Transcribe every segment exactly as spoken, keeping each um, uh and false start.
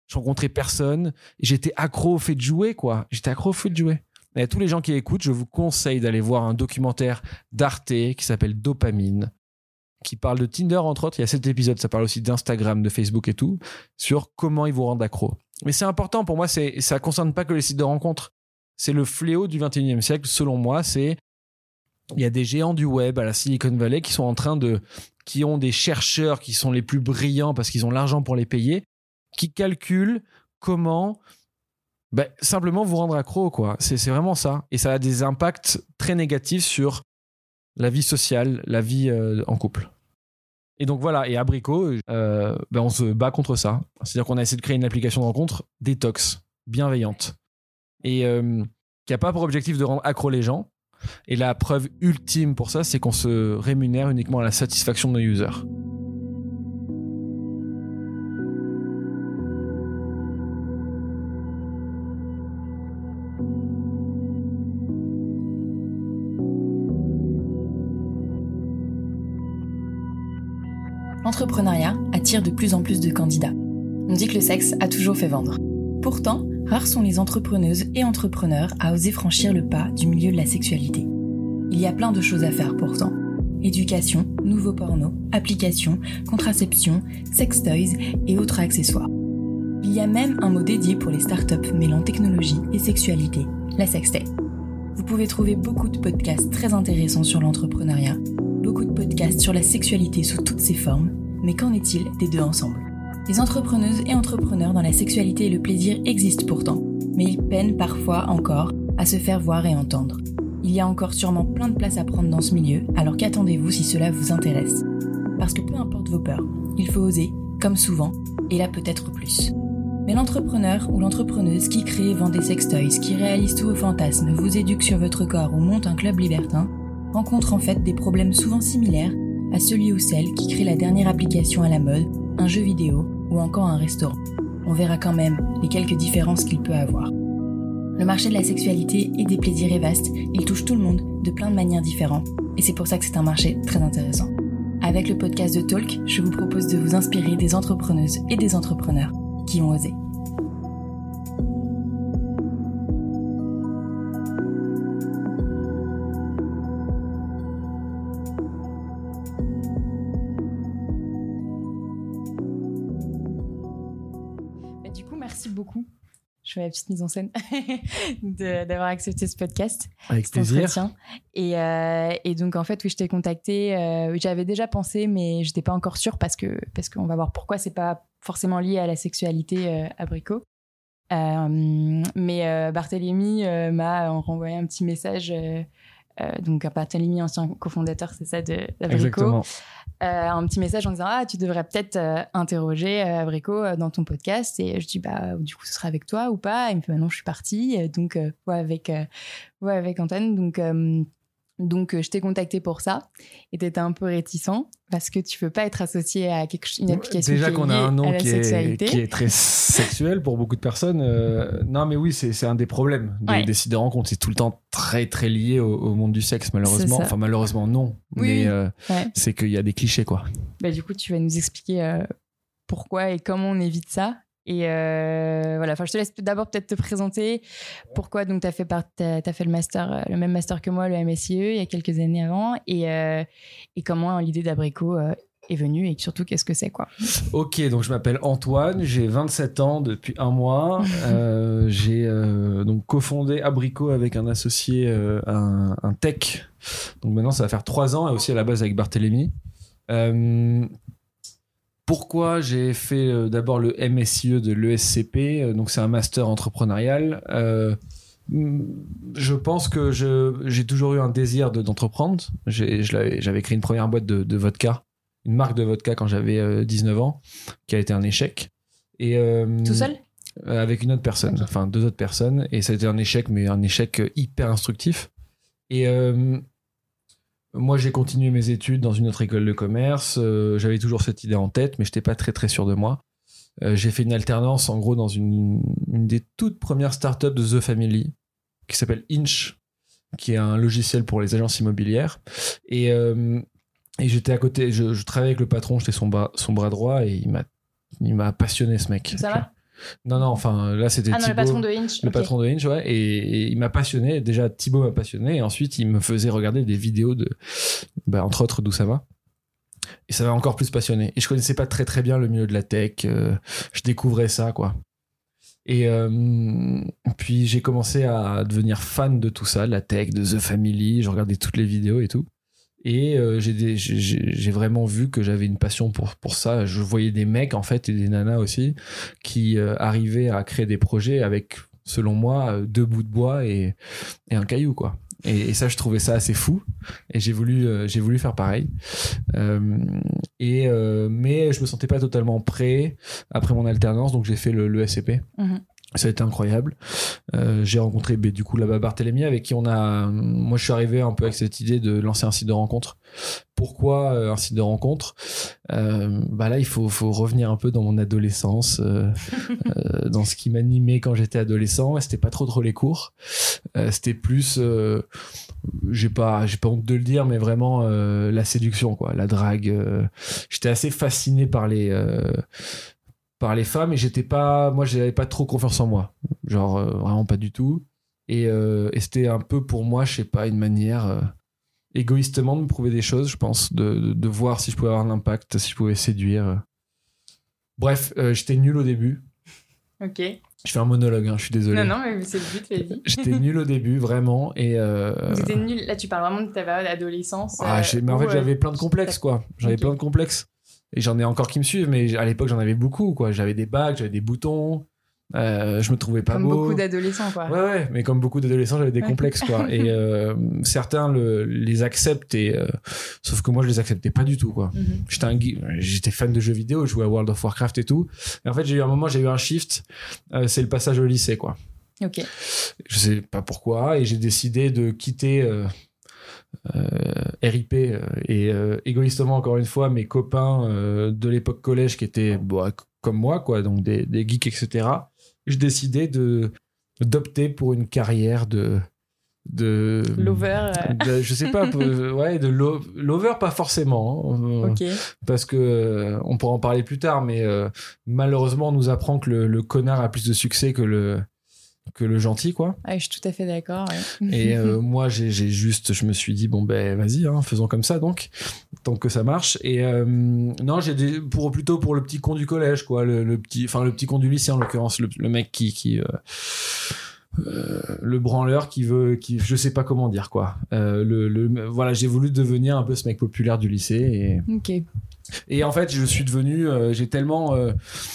je rencontrais personne. J'étais accro au fait de jouer, quoi. J'étais accro au fait de jouer. Et à tous les gens qui écoutent, je vous conseille d'aller voir un documentaire d'Arte qui s'appelle Dopamine, qui parle de Tinder, entre autres. Il y a sept épisodes, ça parle aussi d'Instagram, de Facebook et tout, sur comment ils vous rendent accro. Mais c'est important pour moi, c'est, ça ne concerne pas que les sites de rencontres. C'est le fléau du vingt et unième siècle, selon moi. C'est, il y a des géants du web à la Silicon Valley qui sont en train de, qui ont des chercheurs qui sont les plus brillants parce qu'ils ont l'argent pour les payer, qui calculent comment ben, simplement vous rendre accro, quoi. C'est, c'est vraiment ça. Et ça a des impacts très négatifs sur la vie sociale, la vie euh, en couple. Et donc voilà, et Abricot, euh, ben on se bat contre ça. C'est-à-dire qu'on a essayé de créer une application de rencontre détox, bienveillante, et euh, qui n'a pas pour objectif de rendre accro les gens. Et la preuve ultime pour ça, c'est qu'on se rémunère uniquement à la satisfaction de nos users. L'entrepreneuriat attire de plus en plus de candidats. On dit que le sexe a toujours fait vendre. Pourtant, rares sont les entrepreneuses et entrepreneurs à oser franchir le pas du milieu de la sexualité. Il y a plein de choses à faire pourtant. Éducation, nouveaux pornos, applications, contraception, sex toys et autres accessoires. Il y a même un mot dédié pour les startups mêlant technologie et sexualité, la sextech. Vous pouvez trouver beaucoup de podcasts très intéressants sur l'entrepreneuriat, beaucoup de podcasts sur la sexualité sous toutes ses formes, mais qu'en est-il des deux ensemble ? Les entrepreneuses et entrepreneurs dans la sexualité et le plaisir existent pourtant, mais ils peinent parfois encore à se faire voir et entendre. Il y a encore sûrement plein de place à prendre dans ce milieu, alors qu'attendez-vous si cela vous intéresse ? Parce que peu importe vos peurs, il faut oser, comme souvent, et là peut-être plus. Mais l'entrepreneur ou l'entrepreneuse qui crée et vend des sextoys, qui réalise tous vos fantasmes, vous éduque sur votre corps ou monte un club libertin, rencontre en fait des problèmes souvent similaires à celui ou celle qui crée la dernière application à la mode, un jeu vidéo ou encore un restaurant. On verra quand même les quelques différences qu'il peut avoir. Le marché de la sexualité et des plaisirs est vaste, il touche tout le monde de plein de manières différentes et c'est pour ça que c'est un marché très intéressant. Avec le podcast de Talk, je vous propose de vous inspirer des entrepreneuses et des entrepreneurs qui ont osé. Du coup, merci beaucoup. Je fais ma petite mise en scène de, d'avoir accepté ce podcast. Avec plaisir. Et, euh, et donc, en fait, oui, je t'ai contacté. Euh, j'avais déjà pensé, mais je n'étais pas encore sûre parce, que, parce qu'on va voir pourquoi ce n'est pas forcément lié à la sexualité euh, Abricot. Euh, mais euh, Barthélémy euh, m'a renvoyé un petit message. Euh, euh, donc, Barthélémy, ancien cofondateur, c'est ça, de, d'Abricot. Exactement. Euh, un petit message en disant ah tu devrais peut-être euh, interroger euh, Abricot euh, dans ton podcast et je dis bah du coup ce sera avec toi ou pas. Il me fait bah non je suis partie donc euh, ouais avec euh, ouais avec Antoine donc euh, donc euh, je t'ai contacté pour ça et t'étais un peu réticent parce que tu veux pas être associé à quelque, une application déjà qui est qu'on a un nom qui est, qui est très sexuel pour beaucoup de personnes. Euh, non mais oui c'est, c'est un des problèmes des, ouais. des sites de rencontres, c'est tout le temps très très lié au, au monde du sexe malheureusement. Enfin malheureusement non, oui, mais oui. Euh, ouais. c'est qu'il y a des clichés quoi. Bah, du coup tu vas nous expliquer euh, pourquoi et comment on évite ça. Et euh, voilà, enfin, je te laisse d'abord peut-être te présenter. Pourquoi donc tu as fait, part, t'as, t'as fait le, master, le même master que moi, le M S I E, il y a quelques années avant. Et, euh, et comment l'idée d'Abricot euh, est venue et surtout, qu'est-ce que c'est quoi ? Ok, donc je m'appelle Antoine, j'ai vingt-sept ans depuis un mois. euh, j'ai euh, donc cofondé Abricot avec un associé, euh, un, un tech. Donc maintenant, ça va faire trois ans et aussi à la base avec Barthélémy. Euh, Pourquoi j'ai fait euh, d'abord le M S I E de l'E S C P, euh, donc c'est un master entrepreneurial. Euh, je pense que je, j'ai toujours eu un désir de, d'entreprendre. J'ai, je l'avais, j'avais créé une première boîte de, de vodka, une marque de vodka quand j'avais euh, dix-neuf ans, qui a été un échec. Et, euh, Tout seul ? euh, Avec une autre personne, okay. Enfin deux autres personnes. Et ça a été un échec, mais un échec hyper instructif. Et... Euh, Moi, j'ai continué mes études dans une autre école de commerce. Euh, j'avais toujours cette idée en tête, mais je n'étais pas très, très sûr de moi. Euh, j'ai fait une alternance, en gros, dans une, une des toutes premières startups de The Family, qui s'appelle Inch, qui est un logiciel pour les agences immobilières. Et, euh, et j'étais à côté, je, je travaillais avec le patron, j'étais son bras, son bras droit, et il m'a, il m'a passionné, ce mec. Ça va ? Non, non, enfin, là, c'était Ah non, Thibaut, le patron de Hinge. le ok. patron de Hinge, ouais, et, et il m'a passionné. Déjà, Thibaut m'a passionné, et ensuite, il me faisait regarder des vidéos de, bah, entre autres, d'Oussama. Et ça m'a encore plus passionné. Et je connaissais pas très très bien le milieu de la tech. Euh, je découvrais ça, quoi. Et euh, puis j'ai commencé à devenir fan de tout ça, de la tech, de The Family. Je regardais toutes les vidéos et tout. Et euh, j'ai, des, j'ai, j'ai vraiment vu que j'avais une passion pour, pour ça. Je voyais des mecs, en fait, et des nanas aussi, qui euh, arrivaient à créer des projets avec, selon moi, deux bouts de bois et, et un caillou, quoi. Et, et ça, je trouvais ça assez fou. Et j'ai voulu, euh, j'ai voulu faire pareil. Euh, et, euh, mais je me sentais pas totalement prêt après mon alternance, donc j'ai fait le, le S C P. Mhm. Ça a été incroyable. Euh, j'ai rencontré bah, du coup là-bas Barthélémy, avec qui on a. Moi, je suis arrivé un peu avec cette idée de lancer un site de rencontre. Pourquoi euh, un site de rencontre ? euh, Bah là, il faut, faut revenir un peu dans mon adolescence, euh, euh, dans ce qui m'animait quand j'étais adolescent. C'était pas trop trop les cours. Euh, c'était plus. Euh, j'ai pas, j'ai pas honte de le dire, mais vraiment euh, la séduction, quoi, la drague. Euh, j'étais assez fasciné par les. Euh, par les femmes et j'étais pas moi j'avais pas trop confiance en moi, genre euh, vraiment pas du tout, et, euh, et c'était un peu pour moi, je sais pas, une manière euh, égoïstement de me prouver des choses, je pense, de, de, de voir si je pouvais avoir un impact, si je pouvais séduire. Bref, euh, j'étais nul au début. Ok. Je fais un monologue, hein, je suis désolé. Non, non, mais c'est le but, vas-y. J'étais nul au début, vraiment, et euh... Vous étiez nul. Là, tu parles vraiment de ta période d'adolescence. ah, j'ai... mais en où, fait euh, j'avais plein de complexes, quoi. J'avais Ok. plein de complexes. Et j'en ai encore qui me suivent, mais à l'époque j'en avais beaucoup, quoi. J'avais des bagues, j'avais des boutons, euh, je me trouvais pas Comme beau. beaucoup d'adolescents, quoi. Ouais, ouais, mais comme beaucoup d'adolescents, j'avais des Ouais. complexes, quoi. Et euh, certains le, les acceptent, et, euh, sauf que moi je les acceptais pas du tout, quoi. Mhm. J'étais, un, gui- j'étais fan de jeux vidéo, je jouais à World of Warcraft et tout. Et en fait, j'ai eu un moment, j'ai eu un shift, euh, c'est le passage au lycée, quoi. Ok. Je sais pas pourquoi, et j'ai décidé de quitter. Euh, Euh, R I P euh, et euh, égoïstement encore une fois mes copains euh, de l'époque collège qui étaient bon, comme moi, quoi, donc des, des geeks, etc. Je décidais de d'opter pour une carrière de de Lover. euh, de- je sais pas, peu- ouais, de lo- lover, pas forcément, hein, euh, Ok. parce que euh, on pourra en parler plus tard, mais euh, malheureusement on nous apprend que le, le connard a plus de succès que le que le gentil, quoi. Ah, je suis tout à fait d'accord. Ouais. Et euh, moi, j'ai, j'ai juste, je me suis dit, bon, ben, vas-y, hein, faisons comme ça, donc, tant que ça marche. Et euh, non, j'ai des, pour, plutôt pour le petit con du collège, quoi, le, le petit, enfin, le petit con du lycée, en l'occurrence, le, le mec qui, qui, euh, euh, le branleur qui veut, qui, je sais pas comment dire, quoi. Euh, le, le, voilà, j'ai voulu devenir un peu ce mec populaire du lycée. Et, Ok. et en fait, je suis devenu, euh, j'ai tellement, euh,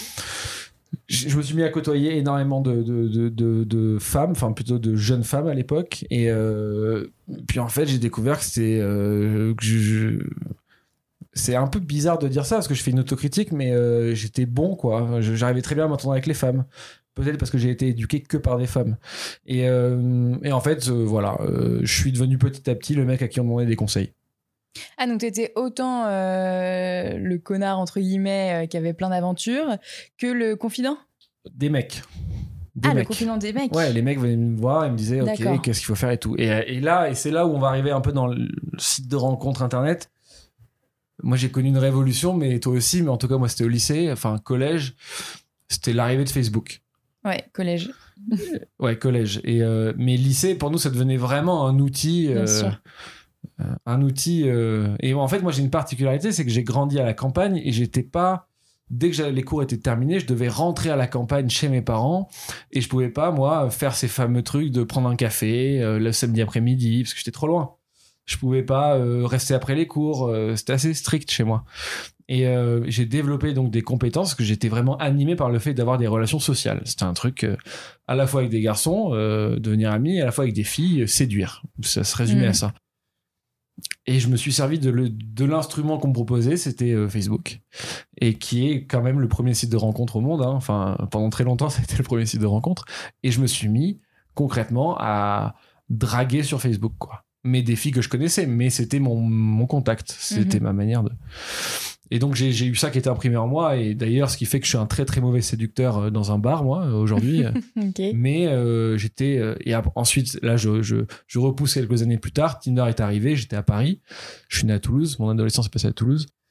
je je me suis mis à côtoyer énormément de, de, de, de, de femmes, enfin plutôt de jeunes femmes à l'époque. Et euh, puis en fait, j'ai découvert que c'était. Euh, que je, je- c'est un peu bizarre de dire ça parce que je fais une autocritique, mais euh, j'étais bon, quoi. Je- J'arrivais très bien à m'entendre avec les femmes. Peut-être parce que j'ai été éduqué que par des femmes. Et, euh, et en fait, euh, voilà, euh, je suis devenu petit à petit le mec à qui on demandait des conseils. Ah, donc t'étais autant euh, le connard, entre guillemets, euh, qui avait plein d'aventures, que le confident. Des mecs. Des Ah, mecs. le confident des mecs. Ouais, les mecs venaient me voir et me disaient, ok, D'accord. qu'est-ce qu'il faut faire et tout. Et, et là, et c'est là où on va arriver un peu dans le site de rencontre internet. Moi, j'ai connu une révolution, mais toi aussi, mais en tout cas, moi, c'était au lycée, enfin, collège. C'était l'arrivée de Facebook. Ouais, collège. Ouais, collège. Et, euh, mais lycée, pour nous, ça devenait vraiment un outil. Bien euh, sûr. euh, un outil. euh, Et en fait, moi, j'ai une particularité, c'est que j'ai grandi à la campagne et j'étais pas. Dès que j'avais- les cours étaient terminés, je devais rentrer à la campagne chez mes parents et je pouvais pas, moi, faire ces fameux trucs de prendre un café euh, le samedi après-midi parce que j'étais trop loin. Je pouvais pas euh, rester après les cours. euh, c'était assez strict chez moi. Et euh, j'ai développé donc des compétences parce que j'étais vraiment animé par le fait d'avoir des relations sociales. C'était un truc euh, à la fois avec des garçons, euh, devenir ami, à la fois avec des filles, euh, séduire. Ça se résumait Mhm. à ça. Et je me suis servi de, le- de l'instrument qu'on me proposait, c'était euh, Facebook, et qui est quand même le premier site de rencontre au monde. Hein. Enfin, pendant très longtemps, ça a été le premier site de rencontre. Et je me suis mis concrètement à draguer sur Facebook, quoi. Mais des filles que je connaissais, mais c'était mon, mon contact, c'était Mhm. ma manière de. Et donc j'ai, j'ai eu ça qui était imprimé en moi, et d'ailleurs ce qui fait que je suis un très très mauvais séducteur euh, dans un bar, moi, euh, aujourd'hui. Ok. Mais euh, j'étais euh, et ap- ensuite là je, je je repousse quelques années plus tard, Tinder est arrivé, j'étais à Paris, je suis né à Toulouse, mon adolescence est passée à Toulouse,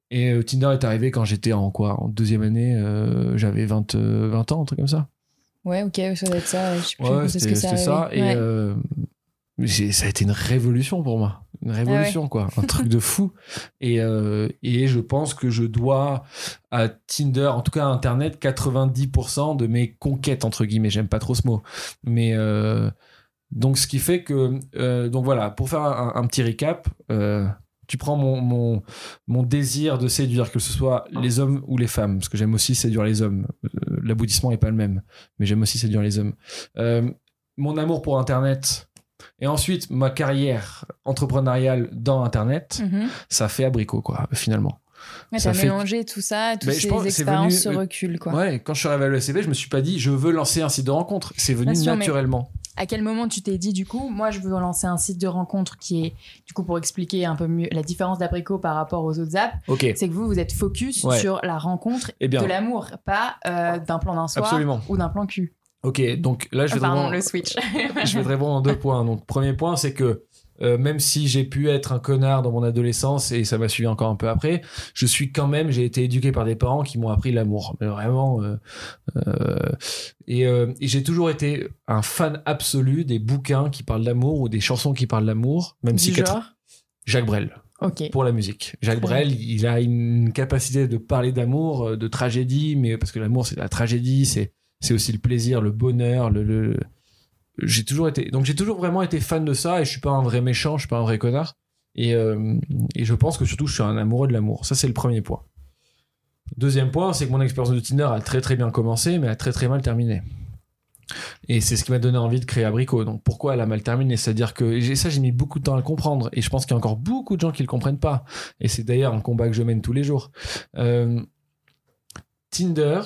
Et euh, Tinder est arrivé quand j'étais en quoi, en deuxième année, euh, j'avais vingt, euh, vingt ans, un truc comme ça. Ouais, ok, ça doit être ça. Je sais plus Ouais, quand c'était, est-ce que ça c'était ça. Et ouais. euh, j'ai, ça a été une révolution pour moi. Une révolution, ah ouais. quoi. Un truc de fou. Et, euh, et je pense que je dois à Tinder, en tout cas à Internet, quatre-vingt-dix pour cent de mes conquêtes, entre guillemets. J'aime pas trop ce mot. Mais euh, donc, ce qui fait que... Euh, donc voilà, pour faire un, un petit récap... Euh, tu prends mon, mon, mon désir de séduire, que ce soit les hommes ou les femmes, parce que j'aime aussi séduire les hommes. Euh, l'aboutissement n'est pas le même, mais j'aime aussi séduire les hommes. Euh, mon amour pour Internet, et ensuite ma carrière entrepreneuriale dans Internet, mm-hmm. ça fait abricot, quoi, finalement. Ouais, t'as fait... mélangé tout ça, toutes ces pense, expériences, ce recul, quoi. Ouais, quand je suis arrivé à l'E S C P, je me suis pas dit, je veux lancer un site de rencontre. C'est venu sûr, naturellement. À quel moment tu t'es dit, du coup, moi, je veux lancer un site de rencontre qui est, du coup, pour expliquer un peu mieux la différence d'Abricot par rapport aux autres apps, okay. c'est que vous, vous êtes focus ouais. sur la rencontre eh bien, de l'amour, pas euh, d'un plan d'un soir Absolument. Ou d'un plan cul. Ok, donc là, je vais, Pardon, te, le switch. je vais te répondre en deux points. Donc, premier point, c'est que Euh, même si j'ai pu être un connard dans mon adolescence et ça m'a suivi encore un peu après, je suis quand même, j'ai été éduqué par des parents qui m'ont appris l'amour. Mais vraiment, euh, euh, et, euh, et j'ai toujours été un fan absolu des bouquins qui parlent d'amour ou des chansons qui parlent d'amour, même du si genre quatre... Jacques Brel. Okay. Pour la musique. Jacques Brel, il a une capacité de parler d'amour, de tragédie, mais parce que l'amour c'est la tragédie, c'est c'est aussi le plaisir, le bonheur, le, le j'ai toujours été donc j'ai toujours vraiment été fan de ça et je suis pas un vrai méchant, je suis pas un vrai connard et euh, et je pense que surtout je suis un amoureux de l'amour. Ça c'est le premier point. Deuxième point, c'est que mon expérience de Tinder a très très bien commencé mais a très très mal terminé. Et c'est ce qui m'a donné envie de créer Abricot. Donc pourquoi elle a mal terminé ? C'est-à-dire que et ça j'ai mis beaucoup de temps à le comprendre et je pense qu'il y a encore beaucoup de gens qui le comprennent pas et c'est d'ailleurs un combat que je mène tous les jours. Euh, Tinder,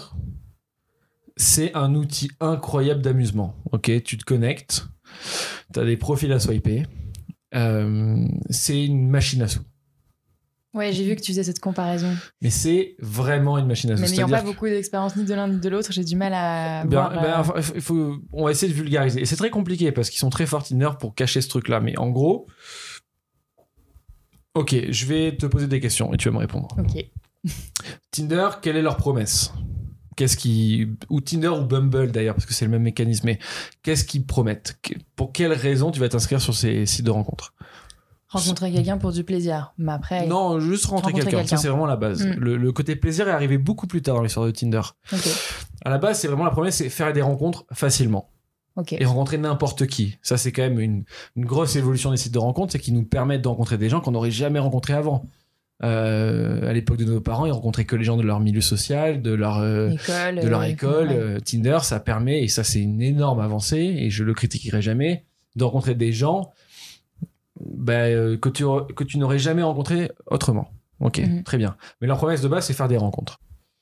c'est un outil incroyable d'amusement. Ok, tu te connectes, t'as des profils à swiper, euh, c'est une machine à sous. Ouais, j'ai vu que tu faisais cette comparaison. Mais c'est vraiment une machine à sous. Mais n'ayant pas que... beaucoup d'expérience ni de l'un ni de l'autre, j'ai du mal à ben, voir... Ben, euh... enfin, il faut... On va essayer de vulgariser. Et c'est très compliqué parce qu'ils sont très forts Tinder pour cacher ce truc-là. Mais en gros... Ok, je vais te poser des questions et tu vas me répondre. Ok. Tinder, quelle est leur promesse ? Qu'est-ce qui... Ou Tinder ou Bumble d'ailleurs, parce que c'est le même mécanisme. Mais qu'est-ce qu'ils promettent ? Pour quelles raisons tu vas t'inscrire sur ces sites de rencontres ? Rencontrer quelqu'un pour du plaisir. Mais après... Non, juste rencontrer, rencontrer quelqu'un. quelqu'un. Ça, c'est vraiment la base. Mm. Le, le côté plaisir est arrivé beaucoup plus tard dans l'histoire de Tinder. Okay. À la base, c'est vraiment la promesse, c'est faire des rencontres facilement. Okay. Et rencontrer n'importe qui. Ça, c'est quand même une, une grosse évolution des sites de rencontres, c'est qu'ils nous permettent de rencontrer des gens qu'on n'aurait jamais rencontrés avant. Euh, à l'époque de nos parents, ils rencontraient que les gens de leur milieu social, de leur euh, école, de leur euh, école. Ouais. Euh, Tinder, ça permet, et ça c'est une énorme avancée, et je le critiquerai jamais, de rencontrer des gens bah, euh, que tu que tu n'aurais jamais rencontrés autrement. Ok, mm-hmm. Très bien. Mais leur promesse de base, c'est faire des rencontres.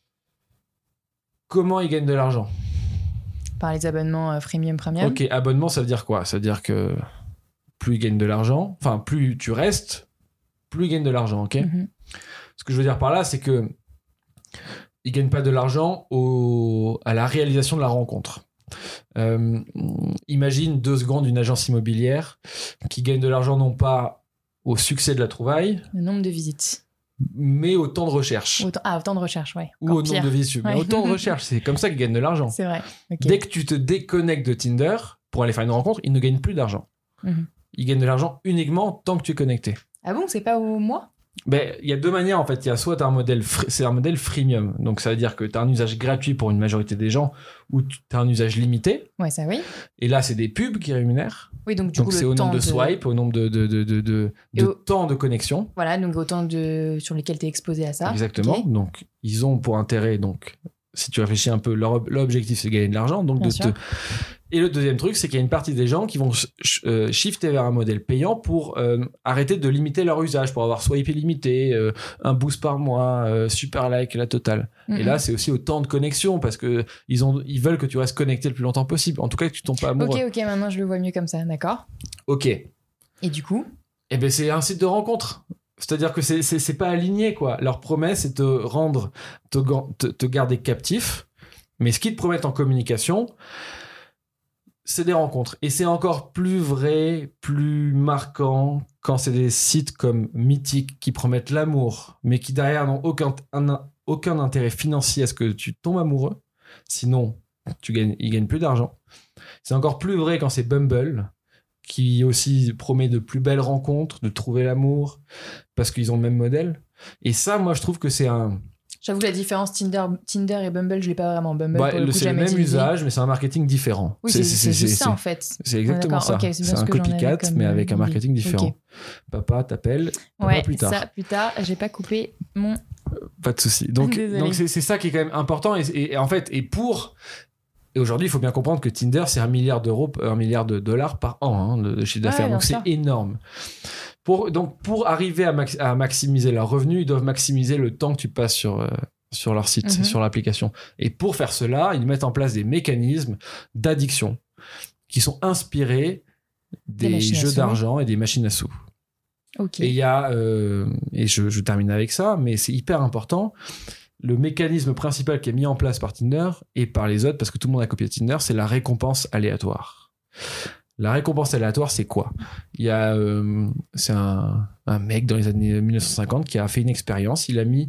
Comment ils gagnent de l'argent ? Par les abonnements euh, freemium, premium. Ok, abonnement, ça veut dire quoi ? Ça veut dire que plus ils gagnent de l'argent, enfin plus tu restes, plus ils gagnent de l'argent, ok ? Mm-hmm. Ce que je veux dire par là, c'est que ils gagnent pas de l'argent au... à la réalisation de la rencontre. Euh, imagine deux secondes une agence immobilière qui gagne de l'argent non pas au succès de la trouvaille, le nombre de visites, mais au temps de recherche. Au temps... Ah, au temps de recherche, ouais. Ou au nombre de visites, mais ouais. Au temps de recherche. C'est comme ça qu'ils gagnent de l'argent. C'est vrai. Okay. Dès que tu te déconnectes de Tinder pour aller faire une rencontre, ils ne gagnent plus d'argent. Mm-hmm. Ils gagnent de l'argent uniquement tant que tu es connecté. Ah bon, c'est pas au mois ? Ben, il y a deux manières en fait. Il y a soit t'as un modèle, fr... c'est un modèle freemium, donc ça veut dire que t'as un usage gratuit pour une majorité des gens, ou t'as un usage limité. Ouais, ça oui. Et là, c'est des pubs qui rémunèrent. Oui, donc du donc coup, c'est le au temps nombre de, de swipe, au nombre de de de de, de, de au... temps de connexion. Voilà, donc au temps de sur lesquels t'es exposé à ça. Exactement. Okay. Donc ils ont pour intérêt donc. Si tu réfléchis un peu, leur, leur objectif c'est de gagner de l'argent, donc Bien de te... Et le deuxième truc, c'est qu'il y a une partie des gens qui vont sh- euh, shifter vers un modèle payant pour euh, arrêter de limiter leur usage, pour avoir swipe illimité, euh, un boost par mois, euh, super like, la totale. Mm-hmm. Et là, c'est aussi au temps de connexion, parce que ils ont, ils veulent que tu restes connecté le plus longtemps possible. En tout cas, que tu tombes pas amoureux. Ok, ok, maintenant je le vois mieux comme ça, d'accord. Ok. Et du coup ? Eh ben, c'est un site de rencontre. C'est-à-dire que c'est, c'est, c'est pas aligné, quoi. Leur promesse, c'est te rendre, te, te, te garder captif. Mais ce qu'ils te promettent en communication, c'est des rencontres. Et c'est encore plus vrai, plus marquant quand c'est des sites comme Mythique qui promettent l'amour, mais qui derrière n'ont aucun, un, aucun intérêt financier à ce que tu tombes amoureux. Sinon, tu gagnes, ils gagnent plus d'argent. C'est encore plus vrai quand c'est Bumble, qui aussi promet de plus belles rencontres, de trouver l'amour, parce qu'ils ont le même modèle. Et ça, moi, je trouve que c'est un... J'avoue, la différence Tinder, Tinder et Bumble, je l'ai pas vraiment. Bumble, bah, pour le coup, c'est le même utilisé. usage, mais c'est un marketing différent. Oui, c'est, c'est, c'est, c'est juste ça, en fait. C'est exactement ça. Okay, c'est c'est un copycat, comme... mais avec un marketing différent. Okay. Papa t'appelle, papa ouais, plus tard. ça, plus tard, j'ai pas coupé mon... Pas de souci. Donc, donc c'est, c'est ça qui est quand même important. Et, et, et en fait, et pour... Et aujourd'hui, il faut bien comprendre que Tinder, c'est un milliard d'euros, un milliard de dollars par an hein, de, de chiffre d'affaires. Ouais, donc, c'est ça. énorme. Pour, donc, pour arriver à, max, à maximiser leurs revenus, ils doivent maximiser le temps que tu passes sur... Euh, sur leur site, mm-hmm. sur l'application. Et pour faire cela, ils mettent en place des mécanismes d'addiction qui sont inspirés des, des jeux d'argent et des machines à sous. Okay. Et il y a, euh, et je, je termine avec ça, mais c'est hyper important, le mécanisme principal qui est mis en place par Tinder et par les autres, parce que tout le monde a copié Tinder, c'est la récompense aléatoire. La récompense aléatoire, c'est quoi ? Il y a, euh, c'est un, un mec dans les années dix-neuf cent cinquante qui a fait une expérience, il a mis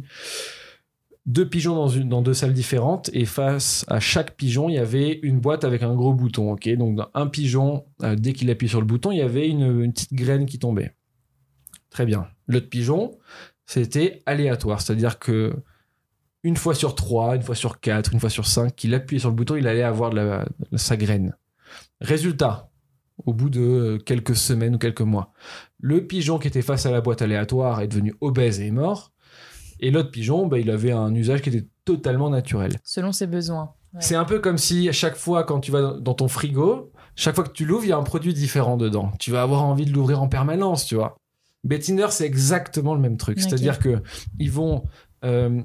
deux pigeons dans, une, dans deux salles différentes et face à chaque pigeon, il y avait une boîte avec un gros bouton. Okay, donc, dans un pigeon, euh, dès qu'il appuie sur le bouton, il y avait une, une petite graine qui tombait. Très bien. L'autre pigeon, c'était aléatoire. C'est-à-dire que une fois sur trois, une fois sur quatre, une fois sur cinq, qu'il appuyait sur le bouton, il allait avoir de la, de sa graine. Résultat, au bout de quelques semaines ou quelques mois, le pigeon qui était face à la boîte aléatoire est devenu obèse et est mort. Et l'autre pigeon, bah, il avait un usage qui était totalement naturel. Selon ses besoins. Ouais. C'est un peu comme si à chaque fois, quand tu vas dans ton frigo, chaque fois que tu l'ouvres, il y a un produit différent dedans. Tu vas avoir envie de l'ouvrir en permanence, tu vois. Mais Tinder, c'est exactement le même truc. Okay. C'est-à-dire que ils vont... Euh,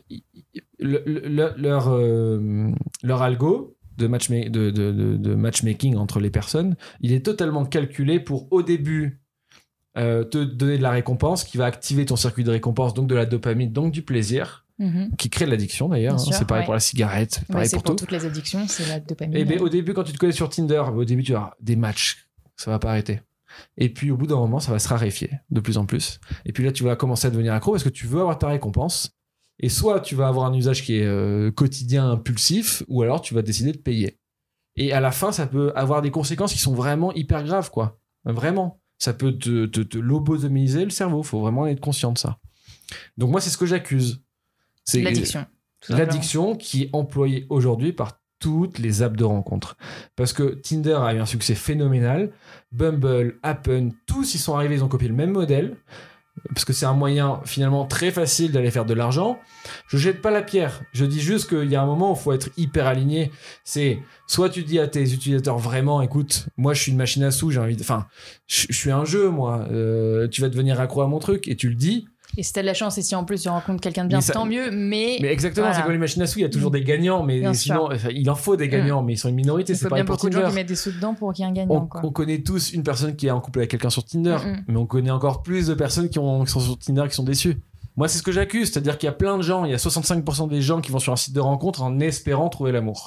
le, le, leur, euh, leur algo de, matchma- de, de, de, de matchmaking entre les personnes, il est totalement calculé pour, au début... Euh, te donner de la récompense qui va activer ton circuit de récompense, donc de la dopamine, donc du plaisir, mm-hmm. qui crée de l'addiction d'ailleurs. Hein, sûr, c'est pareil ouais. pour la cigarette, c'est pareil ouais, c'est pour, pour tout. toutes les addictions, c'est la dopamine. Et ben, au début, quand tu te connais sur Tinder, au début, tu vas avoir des matchs, ça va pas arrêter. Et puis au bout d'un moment, ça va se raréfier de plus en plus. Et puis là, tu vas commencer à devenir accro parce que tu veux avoir ta récompense. Et soit tu vas avoir un usage qui est euh, quotidien, impulsif, ou alors tu vas décider de payer. Et à la fin, ça peut avoir des conséquences qui sont vraiment hyper graves, quoi. Vraiment. Ça peut te, te, te lobotomiser le cerveau. Il faut vraiment être conscient de ça. Donc moi, c'est ce que j'accuse. C'est l'addiction. L'addiction qui est employée aujourd'hui par toutes les apps de rencontres. Parce que Tinder a eu un succès phénoménal. Bumble, Happen, tous ils sont arrivés, ils ont copié le même modèle. Parce que c'est un moyen finalement très facile d'aller faire de l'argent. Je jette pas la pierre. Je dis juste qu'il y a un moment où il faut être hyper aligné. C'est soit tu dis à tes utilisateurs vraiment, écoute, moi je suis une machine à sous, j'ai envie de... Enfin, je, je suis un jeu, moi. Euh, tu vas devenir accro à mon truc et tu le dis. Et si t'as de la chance et si en plus tu rencontres quelqu'un de bien, ça, tant mieux, mais... Mais exactement, voilà. C'est comme les machines à sous, il y a toujours des gagnants, mais bien sinon, enfin, il en faut des gagnants, mmh. mais ils sont une minorité, il c'est pareil pour Tinder. Il faut bien beaucoup de gens qui mettent des sous dedans pour qu'il y ait un gagnant. On, quoi. on connaît tous une personne qui est en couple avec quelqu'un sur Tinder, mmh. mais on connaît encore plus de personnes qui, ont, qui sont sur Tinder qui sont déçues. Moi, c'est ce que j'accuse, c'est-à-dire qu'il y a plein de gens, il y a soixante-cinq pour cent des gens qui vont sur un site de rencontre en espérant trouver l'amour.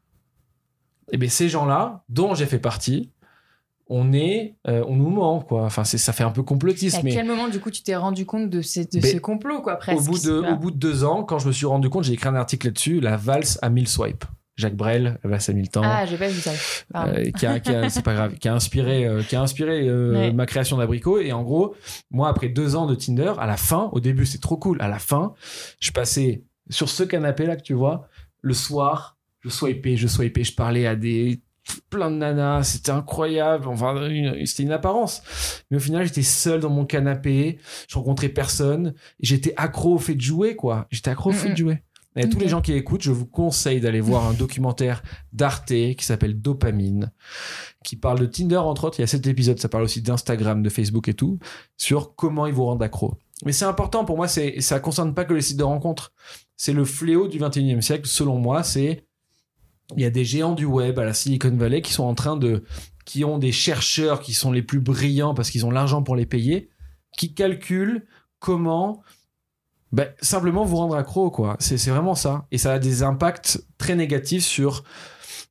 Et bien ces gens-là, dont j'ai fait partie, on est, euh, on nous ment, quoi. Enfin, c'est, ça fait un peu complotiste. À mais... quel moment, du coup, tu t'es rendu compte de ces, de ces complots, quoi, presque? Au bout de, au bout de deux ans, quand je me suis rendu compte, j'ai écrit un article là-dessus, la valse à mille swipes. Jacques Brel, la valse à mille temps. Ah, j'ai pas vu ça. Euh, qui a, qui a, c'est pas grave, qui a inspiré, euh, qui a inspiré euh, ouais. ma création d'Abricot. Et en gros, moi, après deux ans de Tinder, à la fin, au début, c'est trop cool. À la fin, je passais sur ce canapé-là que tu vois, le soir, je swipais, je swipais, je parlais à des plein de nanas, c'était incroyable, enfin une, c'était une apparence, mais au final j'étais seul dans mon canapé, je rencontrais personne, et j'étais accro au fait de jouer, quoi, j'étais accro au fait de jouer. Et okay. Tous les gens qui écoutent, je vous conseille d'aller voir un documentaire d'Arte qui s'appelle Dopamine, qui parle de Tinder entre autres. Il y a sept épisodes, ça parle aussi d'Instagram, de Facebook et tout, sur comment ils vous rendent accro. Mais c'est important pour moi, c'est, ça concerne pas que les sites de rencontres, c'est le fléau du vingt et unième siècle, selon moi. C'est il y a des géants du web à la Silicon Valley qui sont en train de, qui ont des chercheurs qui sont les plus brillants parce qu'ils ont l'argent pour les payer, qui calculent comment, ben, simplement vous rendre accro, quoi. C'est, c'est vraiment ça. Et ça a des impacts très négatifs sur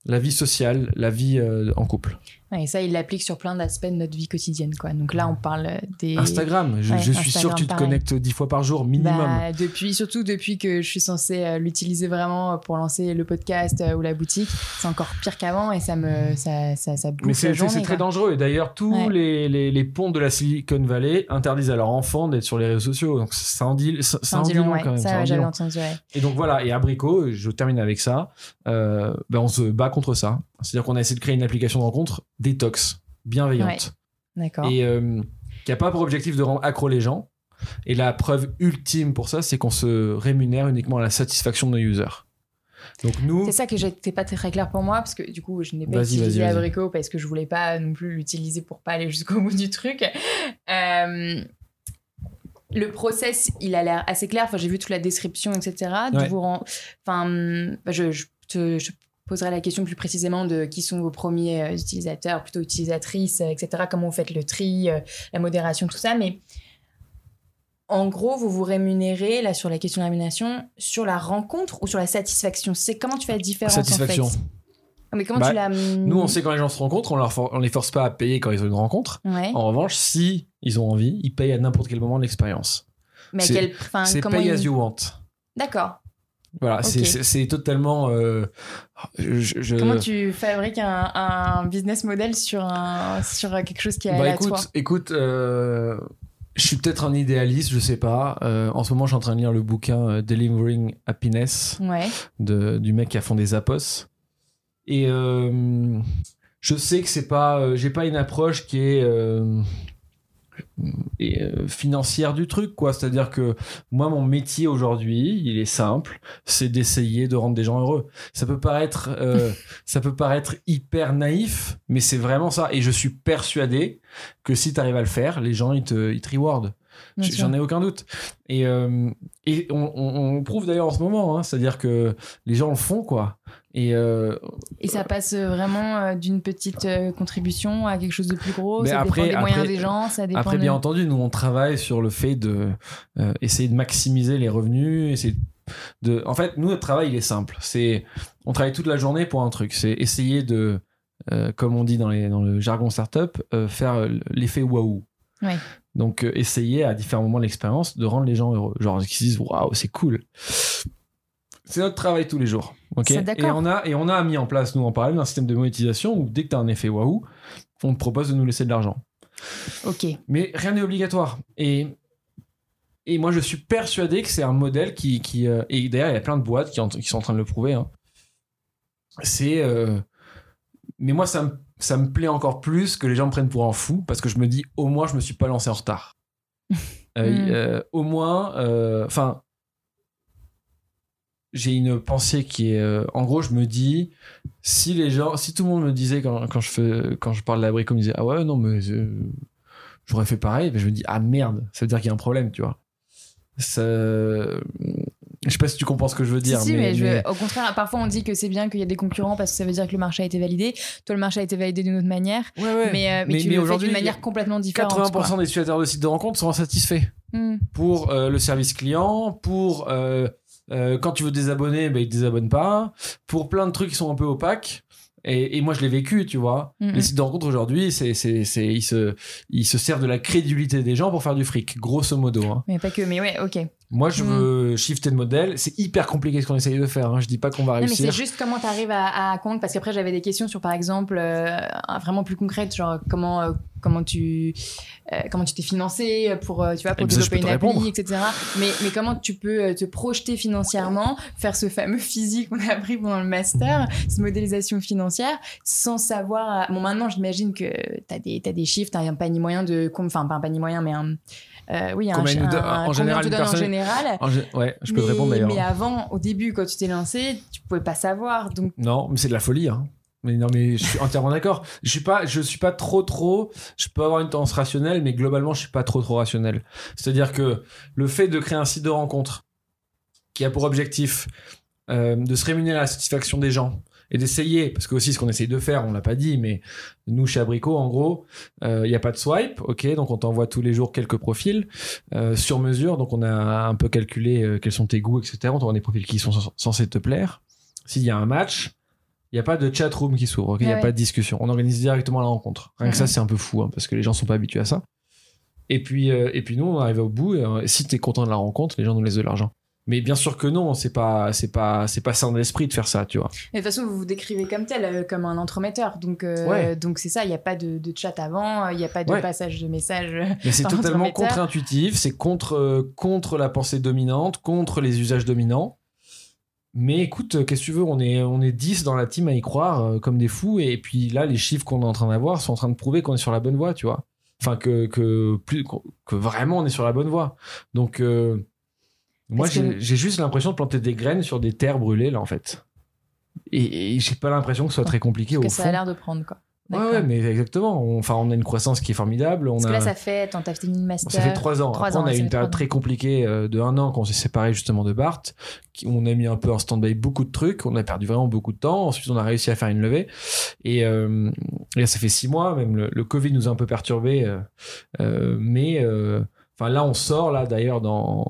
la vie sociale, la vie euh, en couple. Ouais, et ça, il l'applique sur plein d'aspects de notre vie quotidienne, quoi. Donc là, on parle des... Instagram, je, ouais, je suis Instagram, sûr que tu te pareil. connectes dix fois par jour, minimum. Bah, depuis, surtout depuis que je suis censée euh, l'utiliser vraiment pour lancer le podcast euh, ou la boutique, c'est encore pire qu'avant et ça me ça, ça, ça bouffe Mais c'est, la journée, c'est, c'est très dangereux. Et d'ailleurs, tous ouais. les, les, les ponts de la Silicon Valley interdisent à leurs enfants d'être sur les réseaux sociaux. Donc ça en dit, ça, ça en dit long, ouais. quand même. Ça, ça ouais, j'avais entendu, ouais. Et donc voilà, et Abricot, je termine avec ça, euh, ben on se bat contre ça. C'est-à-dire qu'on a essayé de créer une application de rencontre détox, bienveillante. Ouais. D'accord. Et euh, qui n'a pas pour objectif de rendre accro les gens. Et la preuve ultime pour ça, c'est qu'on se rémunère uniquement à la satisfaction de nos users. Donc nous... C'est ça que j'étais pas très clair pour moi, parce que du coup, je n'ai pas vas-y, utilisé vas-y, vas-y. Abricot parce que je voulais pas non plus l'utiliser pour pas aller jusqu'au bout du truc. Euh... Le process, il a l'air assez clair. Enfin, j'ai vu toute la description, et cetera. Ouais. De vous rend... Enfin, je, je te... Je... poserai la question plus précisément de qui sont vos premiers euh, utilisateurs, plutôt utilisatrices, euh, et cetera. Comment vous faites le tri, euh, la modération, tout ça. Mais en gros, vous vous rémunérez, là, sur la question de la rémunération, sur la rencontre ou sur la satisfaction. C'est comment tu fais la différence, satisfaction. en fait? Mais comment bah, tu l'as... Nous, on sait quand les gens se rencontrent, on leur for- on les force pas à payer quand ils ont une rencontre. Ouais. En revanche, si ils ont envie, ils payent à n'importe quel moment de l'expérience. Mais c'est, à quel... enfin, c'est comment pay ils... as you want. D'accord. Voilà, okay. c'est, c'est, c'est totalement... Euh, je, je... Comment tu fabriques un, un business model sur, un, sur quelque chose qui est bah, à écoute, toi? Écoute, euh, je suis peut-être un idéaliste, je sais pas. Euh, en ce moment, je suis en train de lire le bouquin euh, Delivering Happiness ouais. de, du mec qui a fondé Zappos. Et euh, je sais que c'est pas... Euh, j'ai pas une approche qui est... Euh, et euh, financière du truc, quoi. C'est-à-dire que moi, mon métier aujourd'hui, il est simple, c'est d'essayer de rendre des gens heureux. Ça peut paraître, euh, ça peut paraître hyper naïf, mais c'est vraiment ça. Et je suis persuadé que si tu arrives à le faire, les gens, ils te, ils te rewardent. Bien J'en sûr. ai aucun doute. Et, euh, et on, on, on prouve d'ailleurs en ce moment, hein, c'est-à-dire que les gens le font, quoi. Et, euh, et ça passe vraiment euh, d'une petite euh, contribution à quelque chose de plus gros. Ça après, dépend des moyens après, des gens. Ça dépend après, de... bien entendu, nous on travaille sur le fait de euh, essayer de maximiser les revenus. Essayer de... En fait, nous notre travail il est simple. C'est on travaille toute la journée pour un truc. C'est essayer de, euh, comme on dit dans, les, dans le jargon startup, euh, faire l'effet waouh. Ouais. Donc euh, essayer à différents moments de l'expérience de rendre les gens heureux. Genre qu'ils se disent waouh, c'est cool. C'est notre travail tous les jours. Okay, et, on a, et on a mis en place, nous, en parallèle, un système de monétisation où dès que tu as un effet waouh, on te propose de nous laisser de l'argent. Ok. Mais rien n'est obligatoire. Et, et moi, je suis persuadé que c'est un modèle qui... qui euh, et d'ailleurs, il y a plein de boîtes qui, en, qui sont en train de le prouver. Hein. C'est... Euh, mais moi, ça me, ça me plaît encore plus que les gens me prennent pour un fou parce que je me dis, au moins, je me suis pas lancé en retard. euh, mm. euh, au moins... Enfin... Euh, j'ai une pensée qui est euh, en gros je me dis si les gens si tout le monde me disait quand, quand je fais quand je parle d'Abricot me disait ah ouais non mais euh, j'aurais fait pareil, mais je me dis ah merde, ça veut dire qu'il y a un problème, tu vois. Ça je sais pas si tu comprends ce que je veux dire. Si, mais, si, mais, mais... Je, au contraire, parfois on dit que c'est bien qu'il y ait des concurrents parce que ça veut dire que le marché a été validé. Toi, le marché a été validé d'une autre manière, ouais, ouais. mais, euh, mais, mais tu mais le fais d'une manière complètement différente. quatre-vingts pour cent quoi. Des utilisateurs de sites de rencontres sont insatisfaits mm. pour euh, le service client, pour euh, Euh, quand tu veux désabonner, ben, ils te désabonnent pas. Pour plein de trucs qui sont un peu opaques. Et, et moi, je l'ai vécu, tu vois. Mm-hmm. Les sites de rencontres aujourd'hui, c'est, c'est, c'est, ils, se, ils se servent de la crédulité des gens pour faire du fric, grosso modo. Hein. Mais pas que, mais ouais, ok. Moi, je mm. veux shifter de modèle. C'est hyper compliqué ce qu'on essaye de faire. Hein. Je dis pas qu'on va réussir. Non, mais c'est juste comment tu arrives à, à compte. Parce qu'après, j'avais des questions sur, par exemple, euh, vraiment plus concrètes, genre comment, euh, comment tu euh, comment tu t'es financé pour, euh, tu vois, pour développer une appli, et cetera. Mais, mais comment tu peux te projeter financièrement, faire ce fameux physique qu'on a appris pendant le master, cette modélisation financière, sans savoir... Bon, maintenant, j'imagine que tu as des, t'as des chiffres, tu as un panier moyen de... Enfin, pas un panier moyen, mais un... Euh, oui, un, un, un, en général, te donne en général. En gé... Ouais, je peux mais, te répondre d'ailleurs. Mais avant, au début, quand tu t'es lancé, tu pouvais pas savoir. Donc... Non, mais c'est de la folie. Hein. Mais non, mais je suis entièrement d'accord. Je suis pas, je suis pas trop, trop. Je peux avoir une tendance rationnelle, mais globalement, je suis pas trop, trop rationnel. C'est-à-dire que le fait de créer un site de rencontre qui a pour objectif euh, de se rémunérer à la satisfaction des gens. Et d'essayer, parce que aussi ce qu'on essaye de faire, on l'a pas dit, mais nous chez Abricot, en gros, il euh, y a pas de swipe, ok, donc on t'envoie tous les jours quelques profils euh, sur mesure, donc on a un peu calculé euh, quels sont tes goûts, et cetera. On t'envoie des profils qui sont censés te plaire. S'il y a un match, Il n'y a pas de chat room qui s'ouvre, il okay, n'y ouais, a ouais. pas de discussion. On organise directement la rencontre. Rien mmh. que ça, c'est un peu fou, hein, parce que les gens ne sont pas habitués à ça. Et puis, euh, et puis nous, on arrive au bout. Et, euh, si tu es content de la rencontre, les gens nous laissent de l'argent. Mais bien sûr que non, c'est pas, c'est pas, c'est pas sain d'esprit de faire ça, tu vois. Mais de toute façon, vous vous décrivez comme tel, euh, comme un entremetteur. Donc, euh, ouais. donc c'est ça, il n'y a pas de, de chat avant, il n'y a pas de ouais. passage de message. Mais c'est totalement contre-intuitif, c'est contre, euh, contre la pensée dominante, contre les usages dominants. Mais écoute, qu'est-ce que tu veux, on est, on est dix dans la team à y croire, euh, comme des fous. Et puis là, les chiffres qu'on est en train d'avoir sont en train de prouver qu'on est sur la bonne voie, tu vois. Enfin, que, que, plus, que vraiment on est sur la bonne voie. Donc... Euh, Moi, j'ai, que... j'ai juste l'impression de planter des graines sur des terres brûlées, là, en fait. Et, et j'ai pas l'impression que ce soit très compliqué, Parce au que fond. Ça a l'air de prendre, quoi. Ouais, ouais, mais exactement. On, enfin, on a une croissance qui est formidable. On Parce a... que là, ça fait... Attends, t'as fait une master... Ça fait trois ans. Trois Après, ans, on a eu une période très compliquée euh, de un an quand on s'est séparés, justement, de Bart. Qui, on a mis un peu en stand-by beaucoup de trucs. On a perdu vraiment beaucoup de temps. Ensuite, on a réussi à faire une levée. Et, euh, et là, ça fait six mois. Même le, le Covid nous a un peu perturbés. Euh, euh, mais... Euh, enfin, là, on sort, là, d'ailleurs, dans...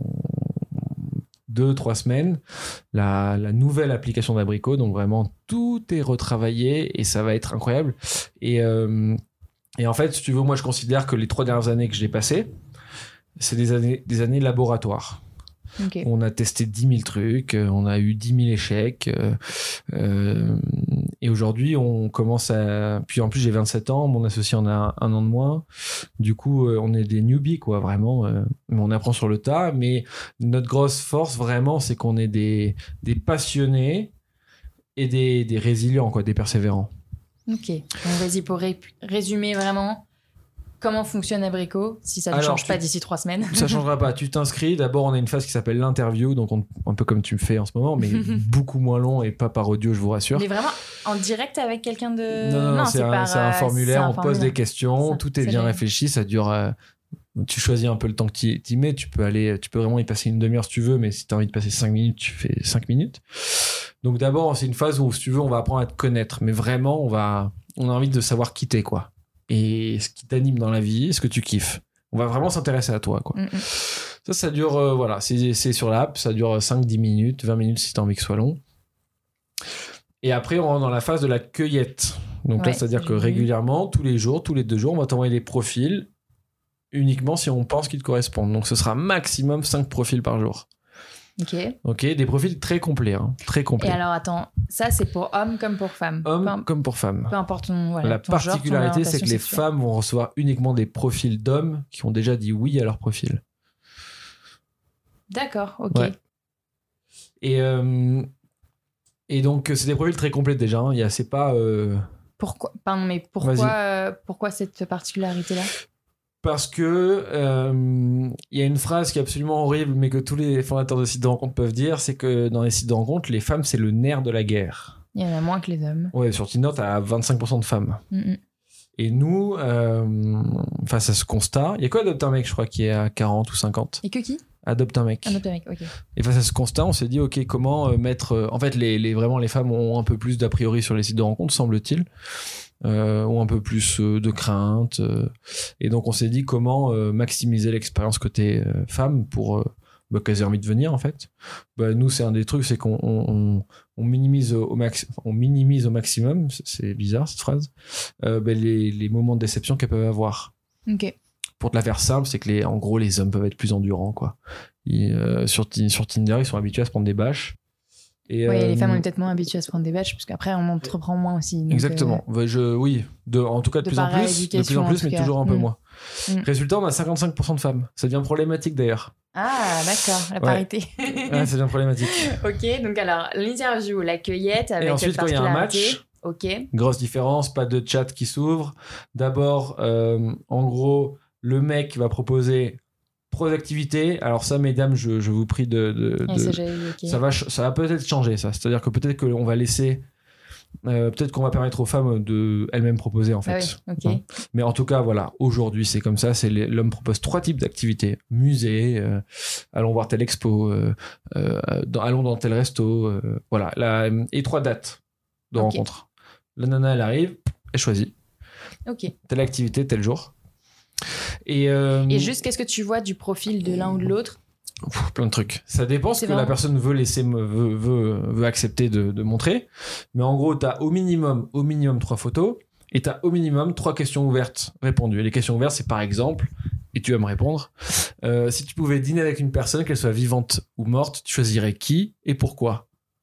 deux, trois semaines, la, la nouvelle application d'Abricot. Donc vraiment, tout est retravaillé et ça va être incroyable. Et, euh, et en fait, si tu veux, moi, je considère que les trois dernières années que j'ai passées, c'est des années, des années laboratoires. Okay. On a testé dix mille trucs, on a eu dix mille échecs. Euh, euh, et aujourd'hui, on commence à... Puis en plus, j'ai vingt-sept ans, mon associé en a un, un an de moins. Du coup, euh, on est des newbies, quoi, vraiment. Euh, mais on apprend sur le tas. Mais notre grosse force, vraiment, c'est qu'on est des, des passionnés et des, des résilients, quoi, des persévérants. Ok. Donc, vas-y, pour ré- résumer vraiment... Comment fonctionne Abricot si ça ne Alors, change tu... pas d'ici trois semaines? Ça ne changera pas. Tu t'inscris. D'abord, on a une phase qui s'appelle l'interview, donc on, un peu comme tu me fais en ce moment, mais beaucoup moins long et pas par audio, je vous rassure. Mais vraiment en direct avec quelqu'un de... Non, non, non c'est, c'est, un, par, c'est un formulaire, un on formulaire. Pose des questions, ça, tout est bien les... réfléchi, ça dure... Euh, tu choisis un peu le temps que tu y mets, tu peux, aller, tu peux vraiment y passer une demi-heure si tu veux, mais si tu as envie de passer cinq minutes, tu fais cinq minutes. Donc d'abord, c'est une phase où, si tu veux, on va apprendre à te connaître, mais vraiment, on, va, on a envie de savoir qui t'es, quoi. Et ce qui t'anime dans la vie, ce que tu kiffes. On va vraiment s'intéresser à toi, quoi. Mm-hmm. Ça, ça dure, euh, voilà, c'est, c'est sur l'app, ça dure cinq dix minutes, vingt minutes si t'as envie que ce soit long. Et après, on rentre dans la phase de la cueillette. Donc ouais, là, c'est-à-dire que régulièrement, tous les jours, tous les deux jours, on va t'envoyer des profils uniquement si on pense qu'ils te correspondent. Donc ce sera maximum cinq profils par jour. Ok. Ok, des profils très complets, hein, très complets. Et alors, attends, ça, c'est pour hommes comme pour femmes. Hommes peu, comme pour femmes. Peu importe ton, voilà, La ton particularité, genre, c'est que les sexuelle. femmes vont recevoir uniquement des profils d'hommes qui ont déjà dit oui à leur profil. D'accord, ok. Ouais. Et, euh, et donc, c'est des profils très complets déjà. Hein. Il y a, c'est pas... Euh... Pourquoi, pardon, mais pourquoi, euh, pourquoi cette particularité-là ? Parce que il euh, y a une phrase qui est absolument horrible, mais que tous les fondateurs de sites de rencontres peuvent dire, c'est que dans les sites de rencontres, les femmes, c'est le nerf de la guerre. Il y en a moins que les hommes. Ouais, sur Tinder, t'as vingt-cinq pour cent de femmes. Mm-hmm. Et nous, euh, face à ce constat, il y a quoi Adopte un mec, je crois, qui est à quarante ou cinquante. Et que qui Adopte un mec. Adopte un mec, ok. Et face à ce constat, on s'est dit, ok, comment euh, mettre... Euh, en fait, les, les, vraiment, les femmes ont un peu plus d'a priori sur les sites de rencontres, semble-t-il. Euh, ou un peu plus euh, de crainte euh, et donc on s'est dit comment euh, maximiser l'expérience côté euh, femme pour euh, bah, qu'elles aient envie de venir en fait. Bah, nous c'est un des trucs, c'est qu'on on, on minimise au max, on minimise au maximum, c'est bizarre cette phrase, euh, bah, les, les moments de déception qu'elles peuvent avoir. Ok. Pour te la faire simple, c'est que les, en gros les hommes peuvent être plus endurants quoi. Ils, euh, sur, sur Tinder ils sont habitués à se prendre des bâches. Et oui, euh, les femmes ont peut-être moins habituées à se prendre des bâches, parce qu'après, on entreprend moins aussi. Donc exactement. Euh, je, oui, de, en tout cas, de, de plus en plus, de plus en plus, mais cas. toujours un peu mmh. moins. Mmh. Résultat, on a cinquante-cinq pour cent de femmes. Ça devient problématique d'ailleurs. Ah, d'accord, la parité. Ouais, ouais ça devient problématique. Ok, donc alors, l'interview, la cueillette avec et ensuite, quand il y a un match, okay. grosse différence, pas de chat qui s'ouvre. D'abord, euh, en gros, le mec va proposer... Pro d'activité, alors ça mesdames je, je vous prie de, de, de... Ça, okay. ça va ça va peut-être changer ça, c'est-à-dire que peut-être qu'on va laisser euh, peut-être qu'on va permettre aux femmes de elles-mêmes proposer en fait. Ah oui, okay. Mais en tout cas voilà, aujourd'hui c'est comme ça, c'est les, l'homme propose trois types d'activités, musée, euh, allons voir telle expo, euh, euh, dans, allons dans tel resto, euh, voilà, la, et trois dates de okay. rencontre. La nana elle arrive, elle choisit. Ok. Telle activité tel jour. Et, euh... et juste, qu'est-ce que tu vois du profil de l'un ou de l'autre Pff, plein de trucs. Ça dépend ce C'est que vraiment... la personne veut laisser, veut, veut, veut accepter de, de montrer. Mais en gros, t'as au minimum, au minimum trois photos et t'as au minimum trois questions ouvertes répondues. Et les questions ouvertes, c'est par exemple, et tu vas me répondre, euh, si tu pouvais dîner avec une personne, qu'elle soit vivante ou morte, tu choisirais qui et pourquoi?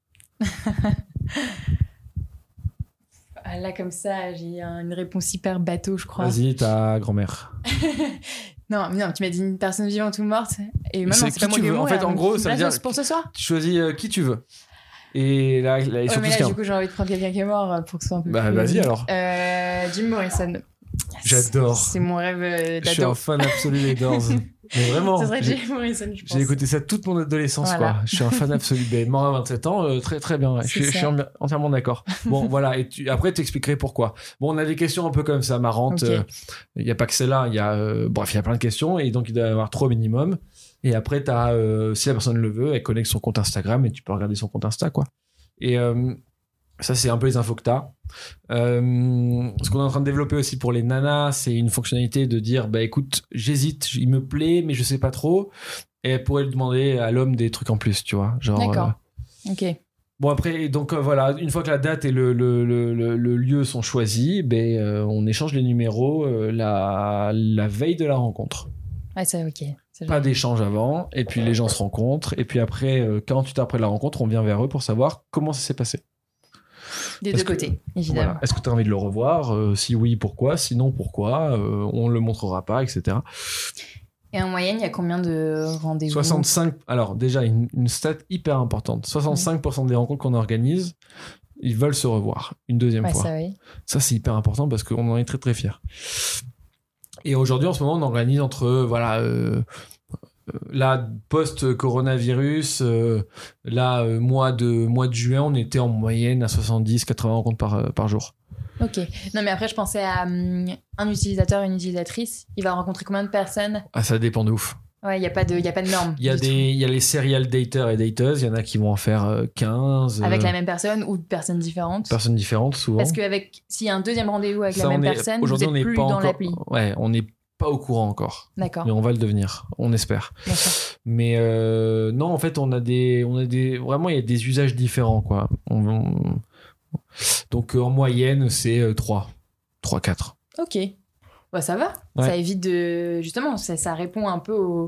Là, comme ça, j'ai une réponse hyper bateau, je crois. Vas-y, ta grand-mère. non, non, tu m'as dit une personne vivante ou morte. Et maintenant, c'est, c'est pas moi qui veux. En fait, en gros, ça veut dire pour ce soir. Tu choisis euh, qui tu veux. Et là, là ils sont ouais, mais tous là, du coup, j'ai envie de prendre quelqu'un qui est mort pour que ce soit un peu bah, plus... vas-y, alors. Euh, Jim Morrison. J'adore. C'est mon rêve d'ado. Je suis un fan absolu des Doors. Mais vraiment. Ça serait Jim Morrison, je pense. J'ai écouté ça toute mon adolescence, voilà. quoi. Je suis un fan absolu. Ben, mort à vingt-sept ans, euh, très très bien. Ouais. Je, je suis entièrement d'accord. Bon, voilà. Et tu, après, tu expliquerai pourquoi. Bon, on a des questions un peu comme ça, marrantes. Il okay. euh, n'y a pas que celle-là. Il y a, euh, bref, il y a plein de questions. Et donc, il doit y avoir trois minimum. Et après, t'as, euh, si la personne le veut, elle connecte son compte Instagram et tu peux regarder son compte Insta, quoi. Et euh, ça, c'est un peu les infos que t'as. Euh, ce qu'on est en train de développer aussi pour les nanas, c'est une fonctionnalité de dire bah écoute, j'hésite, il me plaît, mais je sais pas trop. Et elle pourrait lui demander à l'homme des trucs en plus, tu vois. Genre, d'accord. Euh... Ok. Bon, après, donc euh, voilà, une fois que la date et le, le, le, le, le lieu sont choisis, ben, euh, on échange les numéros euh, la, la veille de la rencontre. Ah, ça, ok. C'est pas d'échange avant, et puis les gens se rencontrent, et puis après, euh, quarante-huit heures après la rencontre, on vient vers eux pour savoir comment ça s'est passé. Des Est-ce deux que, côtés, évidemment. Voilà. Est-ce que tu as envie de le revoir euh, Si oui, pourquoi? Sinon, pourquoi euh, On le montrera pas, et cetera. Et en moyenne, il y a combien de rendez-vous? soixante-cinq Alors déjà, une, une stat hyper importante. soixante-cinq pour cent des rencontres qu'on organise, ils veulent se revoir une deuxième ouais, fois. Ça, oui. Ça, c'est hyper important parce qu'on en est très très fiers. Et aujourd'hui, en ce moment, on organise entre voilà. Euh, Là, post-coronavirus, euh, là, euh, mois, de, mois de juin, on était en moyenne à soixante-dix à quatre-vingts rencontres par, par jour. Ok. Non, mais après, je pensais à um, un utilisateur, une utilisatrice. Il va rencontrer combien de personnes? Ah, ça dépend de ouf. Ouais, il n'y a pas de, y a pas de norme. Il y a des, il y a les serial daters et dateuses. Il y en a qui vont en faire euh, quinze. Avec euh, la même personne ou personnes différentes? Personnes différentes, souvent. Parce qu'avec, s'il y a un deuxième rendez-vous avec ça, la même est, personne, vous êtes plus pas dans encore, l'appli. Ouais, on n'est pas au courant encore. D'accord. Mais on va le devenir, on espère. D'accord. Mais euh, non, en fait, on a des, on a des, vraiment, il y a des usages différents, quoi. On, on... Donc, en moyenne, c'est euh, trois, trois, quatre. Ok. Bah, ça va. Ouais. Ça évite de, justement, ça, ça répond un peu au...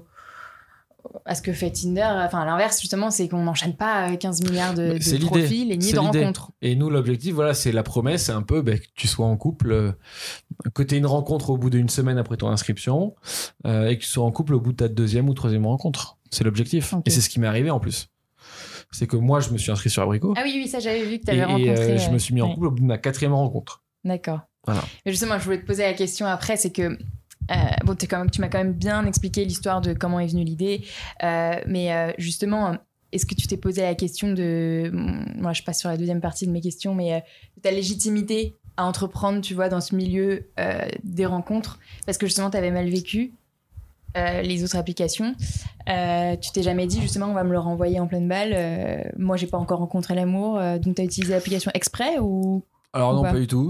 à ce que fait Tinder. Enfin, à l'inverse, justement, c'est qu'on n'enchaîne pas quinze milliards de, de profils et ni c'est de l'idée. rencontres. Et nous, l'objectif, voilà, c'est la promesse, c'est un peu bah, que tu sois en couple, euh, que tu aies une rencontre au bout d'une semaine après ton inscription euh, et que tu sois en couple au bout de ta deuxième ou troisième rencontre. C'est l'objectif. Okay. Et c'est ce qui m'est arrivé en plus. C'est que moi, je me suis inscrit sur Abrico. Ah oui, oui, ça, j'avais vu que tu avais et, rencontré. Et euh, je me suis mis en couple ouais. au bout de ma quatrième rencontre. D'accord. Voilà. Mais justement, je voulais te poser la question après, c'est que Euh, bon, t'es quand même, tu m'as quand même bien expliqué l'histoire de comment est venue l'idée, euh, mais euh, justement, est-ce que tu t'es posé la question de, moi je passe sur la deuxième partie de mes questions, mais euh, de ta légitimité à entreprendre, tu vois, dans ce milieu euh, des rencontres, parce que justement t'avais mal vécu euh, les autres applications, euh, tu t'es jamais dit justement on va me le renvoyer en pleine balle, euh, moi j'ai pas encore rencontré l'amour, euh, donc t'as utilisé l'application exprès ou Alors ou non, pas, pas du tout.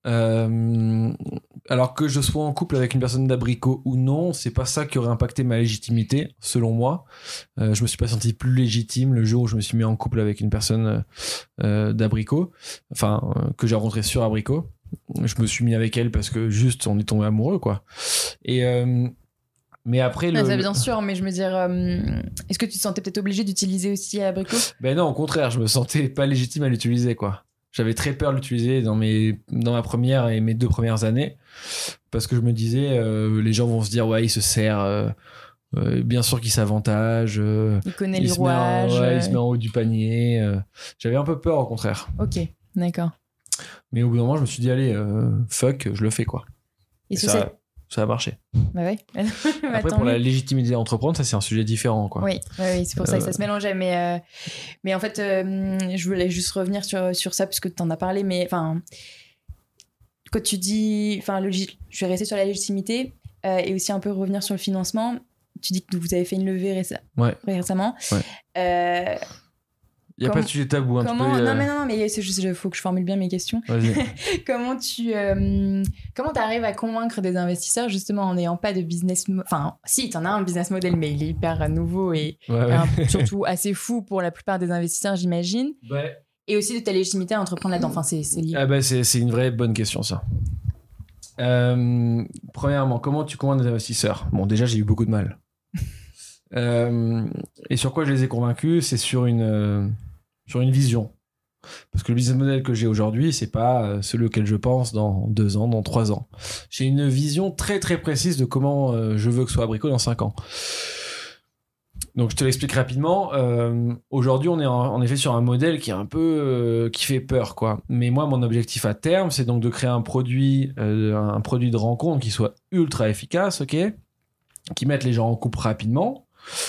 Euh, alors que je sois en couple avec une personne d'Abrico ou non, c'est pas ça qui aurait impacté ma légitimité, selon moi. Euh, je me suis pas senti plus légitime le jour où je me suis mis en couple avec une personne euh, d'Abrico, enfin euh, que j'ai rencontré sur Abrico. Je me suis mis avec elle parce que juste on est tombé amoureux, quoi. Et euh, mais après, non, le... ça, bien sûr, mais je me dire, euh, est-ce que tu te sentais peut-être obligé d'utiliser aussi Abrico? Ben non, au contraire, je me sentais pas légitime à l'utiliser, quoi. J'avais très peur de l'utiliser dans mes dans ma première et mes deux premières années parce que je me disais euh, les gens vont se dire ouais il se sert euh, euh, bien sûr qu'il s'avantage euh, il connaît il les rouages ouais, euh... il se met en haut du panier euh. J'avais un peu peur au contraire. Ok, d'accord. Mais au bout d'un moment je me suis dit allez euh, fuck je le fais, quoi. Et, et ça, ça ça a marché. Bah ouais. Après, pour la légitimité d'entreprendre, ça, c'est un sujet différent, quoi. Oui, oui, oui, c'est pour ça que ça se mélangeait. Mais, euh, mais en fait, euh, je voulais juste revenir sur, sur ça, parce que tu en as parlé. Mais enfin, quand tu dis. Enfin, je vais rester sur la légitimité euh, et aussi un peu revenir sur le financement. Tu dis que vous avez fait une levée réce- ouais. récemment. Ouais. Euh, Il n'y a Comme, pas de sujet tabou. Hein, comment, peux, non, mais non, non, mais il faut que je formule bien mes questions. comment tu euh, comment arrives à convaincre des investisseurs, justement, en n'ayant pas de business... Mo- enfin, si, tu en as un business model, mais il est hyper nouveau et ouais, ouais. Un, surtout assez fou pour la plupart des investisseurs, j'imagine. Ouais. Et aussi de ta légitimité à entreprendre là-dedans. Enfin, c'est, c'est lié. Ah bah, c'est, c'est une vraie bonne question, ça. Euh, premièrement, comment tu convaincs des investisseurs ? Bon, déjà, j'ai eu beaucoup de mal. euh, et sur quoi je les ai convaincus ? C'est sur une... Euh, sur une vision. Parce que le business model que j'ai aujourd'hui, c'est pas celui auquel je pense dans deux ans, dans trois ans. J'ai une vision très très précise de comment euh, je veux que soit Abricot dans cinq ans. Donc je te l'explique rapidement. Euh, aujourd'hui, on est en, en effet sur un modèle qui est un peu euh, qui fait peur, quoi. Mais moi, mon objectif à terme, c'est donc de créer un produit, euh, un produit de rencontre qui soit ultra efficace, ok, qui mette les gens en couple rapidement.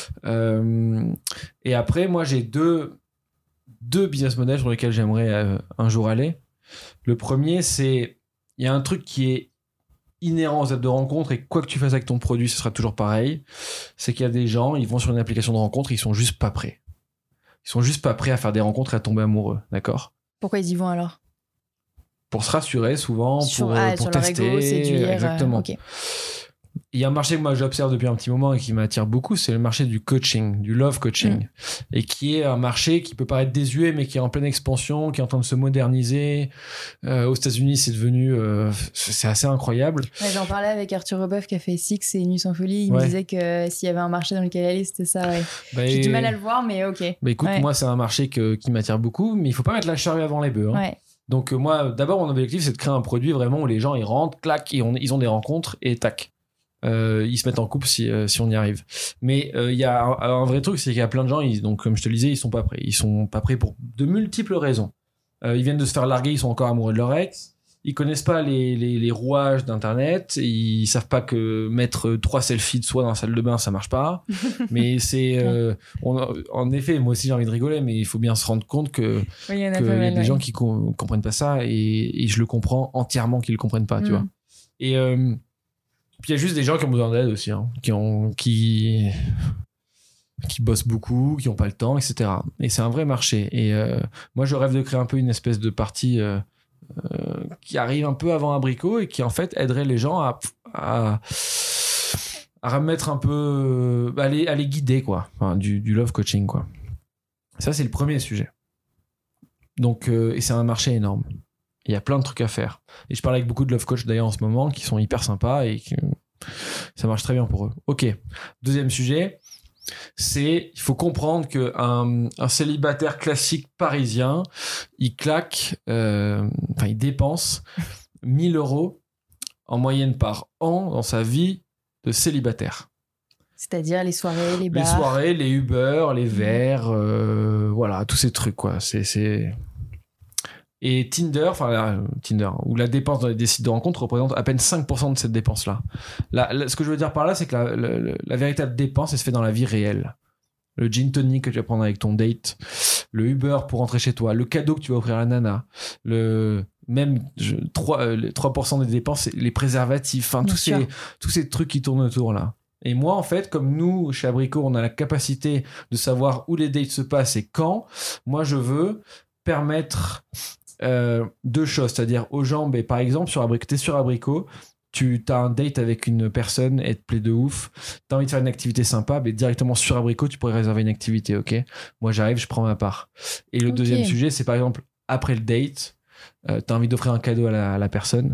Euh, et après, moi, j'ai deux deux business models sur lesquels j'aimerais euh, un jour aller. Le premier, c'est il y a un truc qui est inhérent aux apps de rencontre et quoi que tu fasses avec ton produit, ce sera toujours pareil. C'est qu'il y a des gens, ils vont sur une application de rencontre, ils sont juste pas prêts. Ils sont juste pas prêts à faire des rencontres et à tomber amoureux, d'accord ? Pourquoi ils y vont alors ? Pour se rassurer souvent, sur, pour, ah, pour sur tester. Leur ego, séduire, exactement. Euh, okay. Il y a un marché que moi j'observe depuis un petit moment et qui m'attire beaucoup, c'est le marché du coaching, du love coaching, mmh. et qui est un marché qui peut paraître désuet, mais qui est en pleine expansion, qui est en train de se moderniser. Euh, aux États-Unis, c'est devenu, euh, c'est assez incroyable. Ouais, j'en parlais avec Arthur Reboeuf qui a fait Six et Nuit sans folie. Il ouais. me disait que s'il y avait un marché dans lequel aller, c'était ça. Ouais. Bah, J'ai et... du mal à le voir, mais ok. Bah écoute, ouais. moi c'est un marché que, qui m'attire beaucoup, mais il faut pas mettre la charrue avant les bœufs. Hein. Ouais. Donc euh, moi, d'abord mon objectif c'est de créer un produit vraiment où les gens ils rentrent, clac, et on, ils ont des rencontres et tac. Euh, ils se mettent en couple si, euh, si on y arrive. Mais il euh, y a un, un vrai truc, c'est qu'il y a plein de gens, ils, donc comme je te le disais, ils sont pas prêts. Ils sont pas prêts pour de multiples raisons. Euh, ils viennent de se faire larguer, ils sont encore amoureux de leur ex. Ils connaissent pas les, les, les rouages d'internet. Ils savent pas que mettre trois selfies de soi dans la salle de bain, ça marche pas. Mais c'est, euh, on, en effet, moi aussi j'ai envie de rigoler, mais il faut bien se rendre compte que oui, il y, que y a des ouais. gens qui com- comprennent pas ça et, et je le comprends entièrement qu'ils le comprennent pas, mm. tu vois. Et euh, puis il y a juste des gens qui ont besoin d'aide aussi, hein, qui ont, qui, qui bossent beaucoup, qui ont pas le temps, et cetera. Et c'est un vrai marché. Et euh, moi, je rêve de créer un peu une espèce de partie euh, euh, qui arrive un peu avant Abricot et qui en fait aiderait les gens à, à, à remettre un peu, à les, à les guider, quoi, enfin, du, du love coaching, quoi. Ça, c'est le premier sujet. Donc, euh, et c'est un marché énorme. Il y a plein de trucs à faire. Et je parle avec beaucoup de love coach d'ailleurs en ce moment qui sont hyper sympas et qui, ça marche très bien pour eux. Ok. Deuxième sujet, c'est il faut comprendre qu'un un célibataire classique parisien, il claque, euh, enfin il dépense mille euros en moyenne par an dans sa vie de célibataire. C'est-à-dire les soirées, les bars. Les soirées, les Uber, les verres, euh, voilà, tous ces trucs quoi. C'est c'est Et Tinder, enfin Tinder, où la dépense dans les sites de rencontres représente à peine cinq pour cent de cette dépense-là. La, la, ce que je veux dire par là, c'est que la, la, la véritable dépense, elle se fait dans la vie réelle. Le gin tonic que tu vas prendre avec ton date, le Uber pour rentrer chez toi, le cadeau que tu vas offrir à la nana, le même je, trois, euh, trois pour cent des dépenses, les préservatifs, enfin tous ces, tous ces trucs qui tournent autour là. Et moi, en fait, comme nous, chez Abricot, on a la capacité de savoir où les dates se passent et quand, moi, je veux permettre Euh, deux choses, c'est-à-dire aux gens, ben, par exemple, sur Abricot, t'es sur Abricot, tu as un date avec une personne, elle te plaît de ouf, t'as envie de faire une activité sympa, ben, directement sur Abricot, tu pourrais réserver une activité, ok ? Moi, j'arrive, je prends ma part. Et le okay. deuxième sujet, c'est par exemple, après le date, euh, t'as envie d'offrir un cadeau à la, à la personne,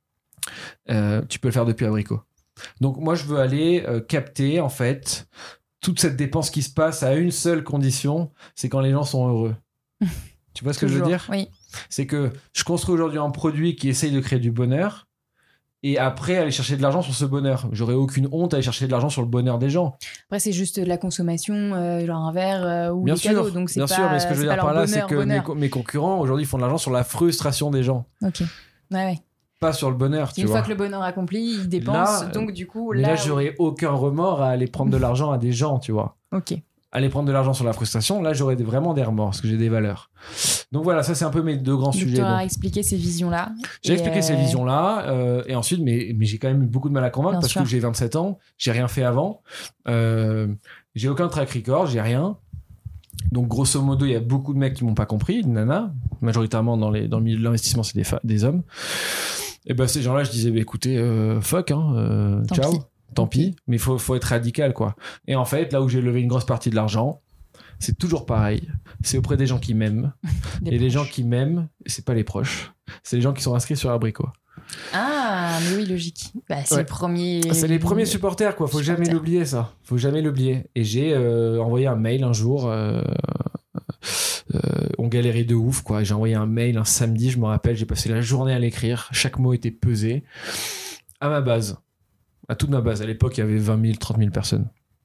euh, tu peux le faire depuis Abricot. Donc, moi, je veux aller euh, capter, en fait, toute cette dépense qui se passe à une seule condition, c'est quand les gens sont heureux. Tu vois ce que Toujours, je veux dire ? Oui. C'est que je construis aujourd'hui un produit qui essaye de créer du bonheur et après aller chercher de l'argent sur ce bonheur. J'aurais aucune honte à aller chercher de l'argent sur le bonheur des gens. Après, c'est juste de la consommation, euh, genre un verre euh, ou bien des sûr, cadeaux. Donc c'est bien pas, sûr, mais ce que je veux dire par là, bonheur, c'est que mes, mes concurrents aujourd'hui font de l'argent sur la frustration des gens. Ok. Ouais, ouais. Pas sur le bonheur. Une tu fois vois. que le bonheur accompli, ils dépensent. Là, donc du coup, là, là, là j'aurais aucun remords à aller prendre de l'argent à des gens, tu vois. Ok. Aller prendre de l'argent sur la frustration, là j'aurais vraiment des remords parce que j'ai des valeurs. Donc voilà, ça c'est un peu mes deux grands donc sujets. Tu as expliqué ces visions-là. J'ai expliqué euh... ces visions-là euh, et ensuite, mais, mais j'ai quand même eu beaucoup de mal à convaincre Bien parce sûr. que j'ai vingt-sept ans, j'ai rien fait avant, euh, j'ai aucun track record, j'ai rien. Donc, grosso modo, il y a beaucoup de mecs qui m'ont pas compris, de nanas. Majoritairement, dans, les, dans le milieu de l'investissement, c'est des, fa- des hommes. Et ben, ces gens-là, je disais, bah, écoutez, euh, fuck, hein, euh, ciao, pis. tant pis. Mais il faut, faut être radical, quoi. Et en fait, là où j'ai levé une grosse partie de l'argent, c'est toujours pareil. C'est auprès des gens qui m'aiment. Et proches. Les gens qui m'aiment, c'est pas les proches. C'est les gens qui sont inscrits sur Abrico. Ah, mais oui, logique. Bah, c'est ouais. les premiers. C'est les premiers supporters, quoi. Faut supporters. jamais l'oublier, ça. Faut jamais l'oublier. Et j'ai euh, envoyé un mail un jour. Euh, euh, on galérait de ouf, quoi. J'ai envoyé un mail un samedi, je me rappelle. J'ai passé la journée à l'écrire. Chaque mot était pesé. À ma base. À toute ma base. À l'époque, il y avait vingt mille, trente mille personnes.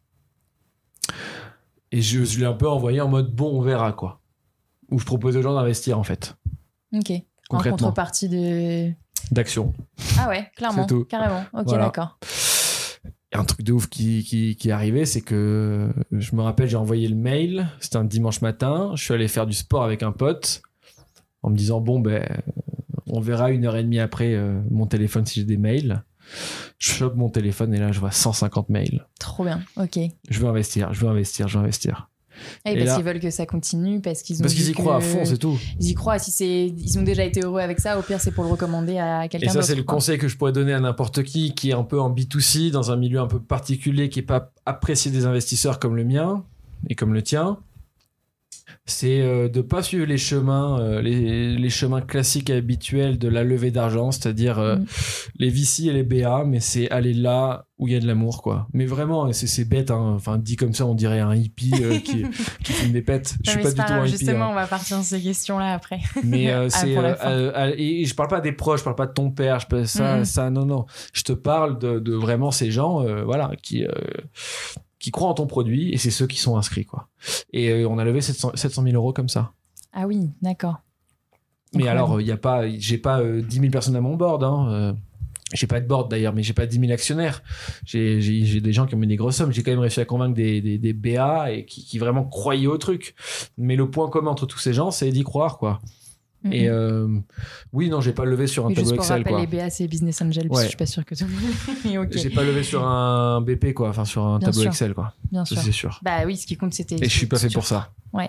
Et je, je l'ai un peu envoyé en mode bon, on verra, quoi. Où je propose aux gens d'investir, en fait. Ok. En contrepartie de. D'action. Ah ouais, clairement, carrément. Ok, voilà. D'accord. Et un truc de ouf qui, qui, qui est arrivé, c'est que je me rappelle, j'ai envoyé le mail, c'était un dimanche matin, je suis allé faire du sport avec un pote en me disant, bon, ben, on verra une heure et demie après euh, mon téléphone si j'ai des mails. Je chope mon téléphone et là, je vois cent cinquante mails. Trop bien, ok. Je veux investir, je veux investir, je veux investir. Et, et parce là, qu'ils veulent que ça continue, parce qu'ils ont parce qu'ils y croient que... à fond, c'est tout. Ils y croient. Si c'est, ils ont déjà été heureux avec ça. Au pire, c'est pour le recommander à quelqu'un. Et ça, d'autre, c'est le quoi. Conseil que je pourrais donner à n'importe qui, qui est un peu en B deux C, dans un milieu un peu particulier, qui est pas apprécié des investisseurs comme le mien et comme le tien. C'est euh, de pas suivre les chemins, euh, les, les chemins classiques et habituels de la levée d'argent, c'est-à-dire euh, mmh. les V C et les B A, mais c'est aller là où il y a de l'amour, quoi. Mais vraiment, c'est, c'est bête, hein. Enfin, dit comme ça, on dirait un hippie euh, qui, qui fume des pètes. Je suis pas du tout un hippie. Justement, hein. On va partir sur ces questions-là après. Mais euh, c'est euh, euh, et je parle pas des proches, je parle pas de ton père, je parle ça, mmh. ça, non, non. Je te parle de, de vraiment ces gens, euh, voilà, qui euh, qui croient en ton produit, et c'est ceux qui sont inscrits, quoi. Et euh, on a levé sept cent mille euros comme ça. Ah oui, d'accord. Mais donc, alors, il ouais. y a pas, j'ai pas euh, dix mille personnes à mon board, hein. Euh, j'ai pas de board d'ailleurs, mais j'ai pas dix mille actionnaires. J'ai, j'ai, j'ai des gens qui ont mis des grosses sommes. J'ai quand même réussi à convaincre des, des, des B A et qui, qui vraiment croyaient au truc. Mais le point commun entre tous ces gens, c'est d'y croire, quoi. Mm-hmm. Et euh, oui, non, j'ai pas levé sur un mais tableau Excel, quoi. Juste pour rappel, les B A, c'est Business Angel, parce ouais. que je suis pas sûr que tout le monde... okay. J'ai pas levé sur un B P, quoi. Enfin, sur un Bien tableau sûr. Excel, quoi. Bien ça, sûr. C'est sûr. Bah oui, ce qui compte, c'était... Et je suis pas fait pour ça. Ouais.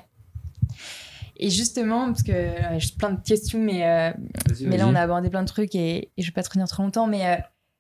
Et justement, parce que euh, j'ai plein de questions, mais, euh, vas-y, mais vas-y. là, on a abordé plein de trucs et, et je vais pas te retenir trop longtemps, mais euh,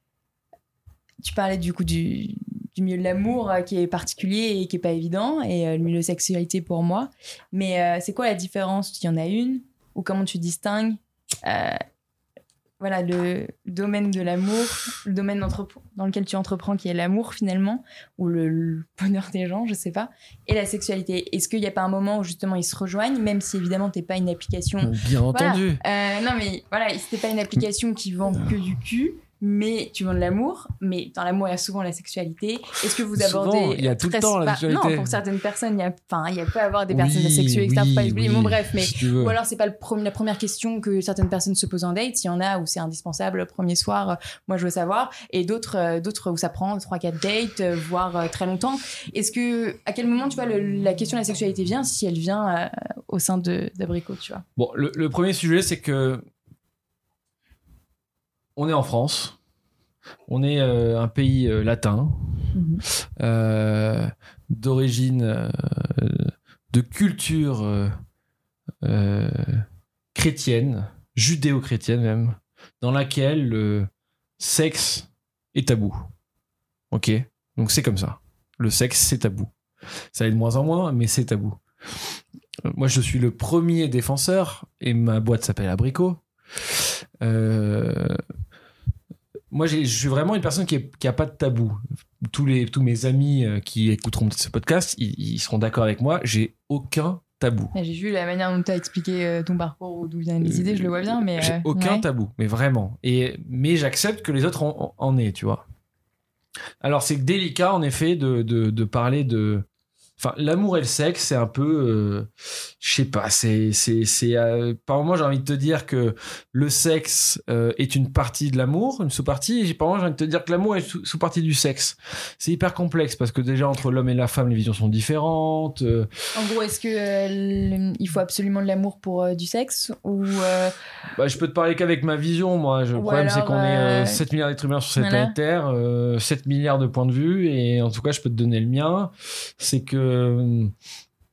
tu parlais du coup du, du milieu de l'amour euh, qui est particulier et qui est pas évident, et euh, le milieu de sexualité pour moi. Mais euh, c'est quoi la différence? Il y en a une? Ou comment tu distingues euh, voilà, le domaine de l'amour, le domaine dans lequel tu entreprends qui est l'amour finalement, ou le, le bonheur des gens, je sais pas, et la sexualité. Est-ce qu'il n'y a pas un moment où justement ils se rejoignent, même si évidemment t'es pas une application... Bien voilà. entendu. Euh, non mais voilà, si t'es pas une application qui vend que du cul, mais tu vends de l'amour, mais dans l'amour il y a souvent la sexualité. Est-ce que vous abordez... Souvent, il y a tout le temps la sexualité. Bah, non, pour certaines personnes, il y a, enfin, il y a peut avoir des personnes oui, asexuées, et cetera. Oui, faut pas oublier, oui, bon bref, mais si ou alors c'est pas le premier, la première question que certaines personnes se posent en date. Il y en a où c'est indispensable, le premier soir, euh, moi je veux savoir, et d'autres, euh, d'autres où ça prend trois quatre dates, euh, voire euh, très longtemps. Est-ce que, à quel moment tu vois le, la question de la sexualité vient, si elle vient euh, au sein de d'Abrico, tu vois? Bon, le, le premier sujet, c'est que on est en France. On est euh, un pays euh, latin, mmh. euh, d'origine, euh, de culture euh, euh, chrétienne, judéo-chrétienne même, dans laquelle le sexe est tabou. Ok ? Donc c'est comme ça. Le sexe, c'est tabou. Ça est de moins en moins, mais c'est tabou. Moi, je suis le premier défenseur, et ma boîte s'appelle Abrico. Euh... Moi, j'ai, je suis vraiment une personne qui n'a pas de tabou. Tous, les, tous mes amis euh, qui écouteront ce podcast, ils, ils seront d'accord avec moi. J'ai aucun tabou. J'ai vu la manière dont tu as expliqué euh, ton parcours ou d'où viennent les idées, je le vois bien. Mais j'ai euh, aucun ouais. tabou, mais vraiment. Et, mais j'accepte que les autres en, en aient, tu vois. Alors, c'est délicat, en effet, de, de, de parler de... Enfin, l'amour et le sexe, c'est un peu, euh, je sais pas, c'est, c'est, c'est, euh, par moment, j'ai envie de te dire que le sexe euh, est une partie de l'amour, une sous-partie, et par moment, j'ai envie de te dire que l'amour est sous- sous-partie du sexe. C'est hyper complexe parce que déjà, entre l'homme et la femme, les visions sont différentes. Euh... En gros, est-ce que euh, il faut absolument de l'amour pour euh, du sexe ou euh... bah, je peux te parler qu'avec ma vision, moi. Le problème, alors, c'est qu'on euh... est euh, sept milliards d'êtres humains sur cette voilà. terre, euh, sept milliards de points de vue, et en tout cas, je peux te donner le mien. C'est que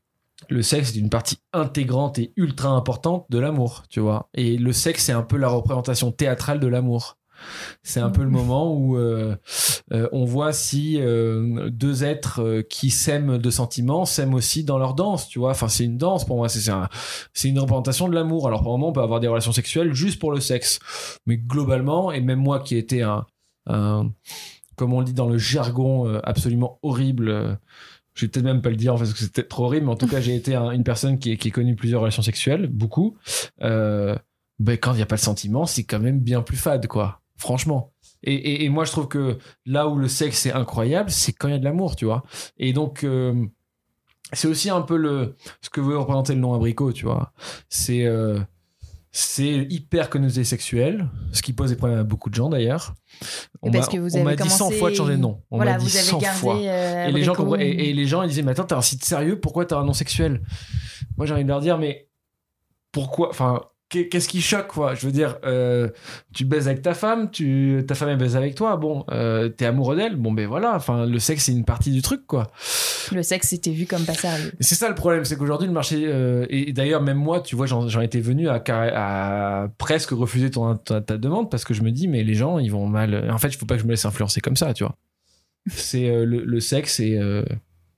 le sexe est une partie intégrante et ultra importante de l'amour, tu vois. Et le sexe, c'est un peu la représentation théâtrale de l'amour. C'est un peu le moment où euh, euh, on voit si euh, deux êtres euh, qui s'aiment de sentiments s'aiment aussi dans leur danse, tu vois. Enfin, c'est une danse pour moi, c'est, c'est, un, c'est une représentation de l'amour. Alors, par moment, on peut avoir des relations sexuelles juste pour le sexe. Mais globalement, et même moi qui étais un, un comme on le dit dans le jargon euh, absolument horrible, euh, je vais peut-être même pas le dire parce que c'était trop horrible, mais en tout cas, j'ai été un, une personne qui, qui a connu plusieurs relations sexuelles, beaucoup. Euh, ben, quand il n'y a pas de sentiment, c'est quand même bien plus fade, quoi. Franchement. Et, et, et moi, je trouve que là où le sexe est incroyable, c'est quand il y a de l'amour, tu vois. Et donc, euh, c'est aussi un peu le, ce que veut représenter le nom abricot, tu vois. C'est, euh, c'est hyper connoté sexuel, ce qui pose des problèmes à beaucoup de gens d'ailleurs. On parce m'a, que vous on avez m'a commencé... dit cent fois de changer de nom. On voilà, m'a dit vous avez cent gardé, fois. Euh, et, les gens comp- et, et les gens, ils disaient, mais attends, t'as un site sérieux, pourquoi t'as un nom sexuel? Moi, j'ai envie de leur dire, mais pourquoi, enfin, qu'est-ce qui choque, quoi? Je veux dire, euh, tu baises avec ta femme, tu, ta femme elle baise avec toi, bon, euh, t'es amoureux d'elle, bon, ben voilà, enfin, le sexe, c'est une partie du truc, quoi. Le sexe, c'était vu comme pas sérieux. Et c'est ça le problème, c'est qu'aujourd'hui, le marché, euh, et, et d'ailleurs, même moi, tu vois, j'en, j'en étais venu à, à presque refuser ton, ta, ta demande parce que je me dis, mais les gens, ils vont mal. En fait, il faut pas que je me laisse influencer comme ça, tu vois. C'est euh, le, le sexe, et. Euh,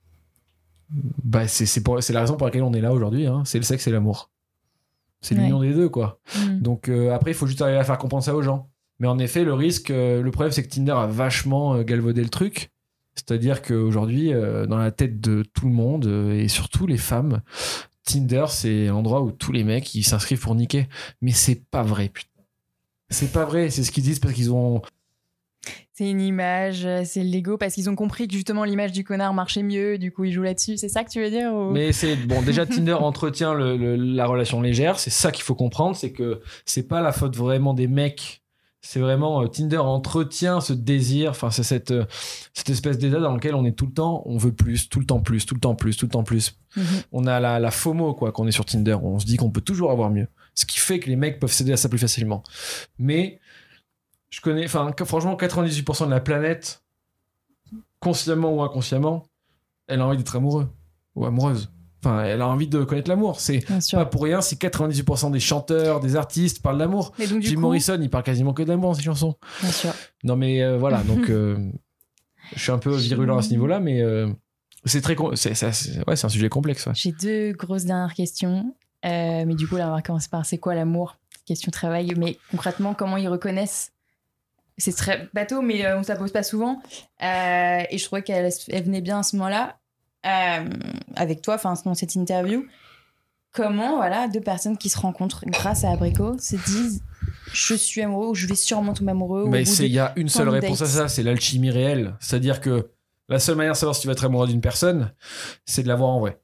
bah, c'est, c'est, pour, c'est la raison pour laquelle on est là aujourd'hui, hein. C'est le sexe et l'amour. C'est l'union ouais. des deux, quoi. Mmh. Donc euh, après, il faut juste arriver à faire comprendre ça aux gens. Mais en effet, le risque, euh, le problème, c'est que Tinder a vachement euh, galvaudé le truc. C'est-à-dire qu'aujourd'hui, euh, dans la tête de tout le monde, euh, et surtout les femmes, Tinder, c'est l'endroit où tous les mecs, ils s'inscrivent pour niquer. Mais c'est pas vrai, putain. C'est pas vrai, c'est ce qu'ils disent parce qu'ils ont... C'est une image, c'est l'ego, parce qu'ils ont compris que justement l'image du connard marchait mieux, du coup ils jouent là-dessus, c'est ça que tu veux dire ou... Mais c'est bon, déjà Tinder entretient le, le, la relation légère, c'est ça qu'il faut comprendre, c'est que c'est pas la faute vraiment des mecs, c'est vraiment euh, Tinder entretient ce désir, enfin c'est cette, euh, cette espèce d'état dans lequel on est tout le temps, on veut plus, tout le temps plus, tout le temps plus, tout le temps plus. Mm-hmm. On a la, la FOMO quoi, qu'on est sur Tinder, on se dit qu'on peut toujours avoir mieux, ce qui fait que les mecs peuvent céder à ça plus facilement. Mais je connais, enfin, franchement, quatre-vingt-dix-huit pour cent de la planète, consciemment ou inconsciemment, elle a envie d'être amoureux ou amoureuse. Enfin, elle a envie de connaître l'amour. C'est pas pour rien si quatre-vingt-dix-huit pour cent des chanteurs, des artistes parlent d'amour. Jim coup... Morrison, il parle quasiment que d'amour dans ses chansons. Bien sûr. Non, mais euh, voilà, donc euh, je suis un peu virulent à ce niveau-là, mais euh, c'est très, c'est, c'est, c'est, ouais, c'est un sujet complexe. Ouais. J'ai deux grosses dernières questions, euh, mais du coup, là, on va commencer par c'est quoi l'amour? Question travail, mais concrètement, comment ils reconnaissent? C'est très bateau, mais euh, on ne se la pose pas souvent. Euh, et je trouvais qu'elle elle venait bien à ce moment-là, euh, avec toi, enfin, dans cette interview. Comment, voilà, deux personnes qui se rencontrent grâce à Abricot se disent « je suis amoureux » ou « je vais sûrement tomber amoureux ». Mais il y a une seule réponse à ça, c'est l'alchimie réelle. C'est-à-dire que la seule manière de savoir si tu vas être amoureux d'une personne, c'est de la voir en vrai.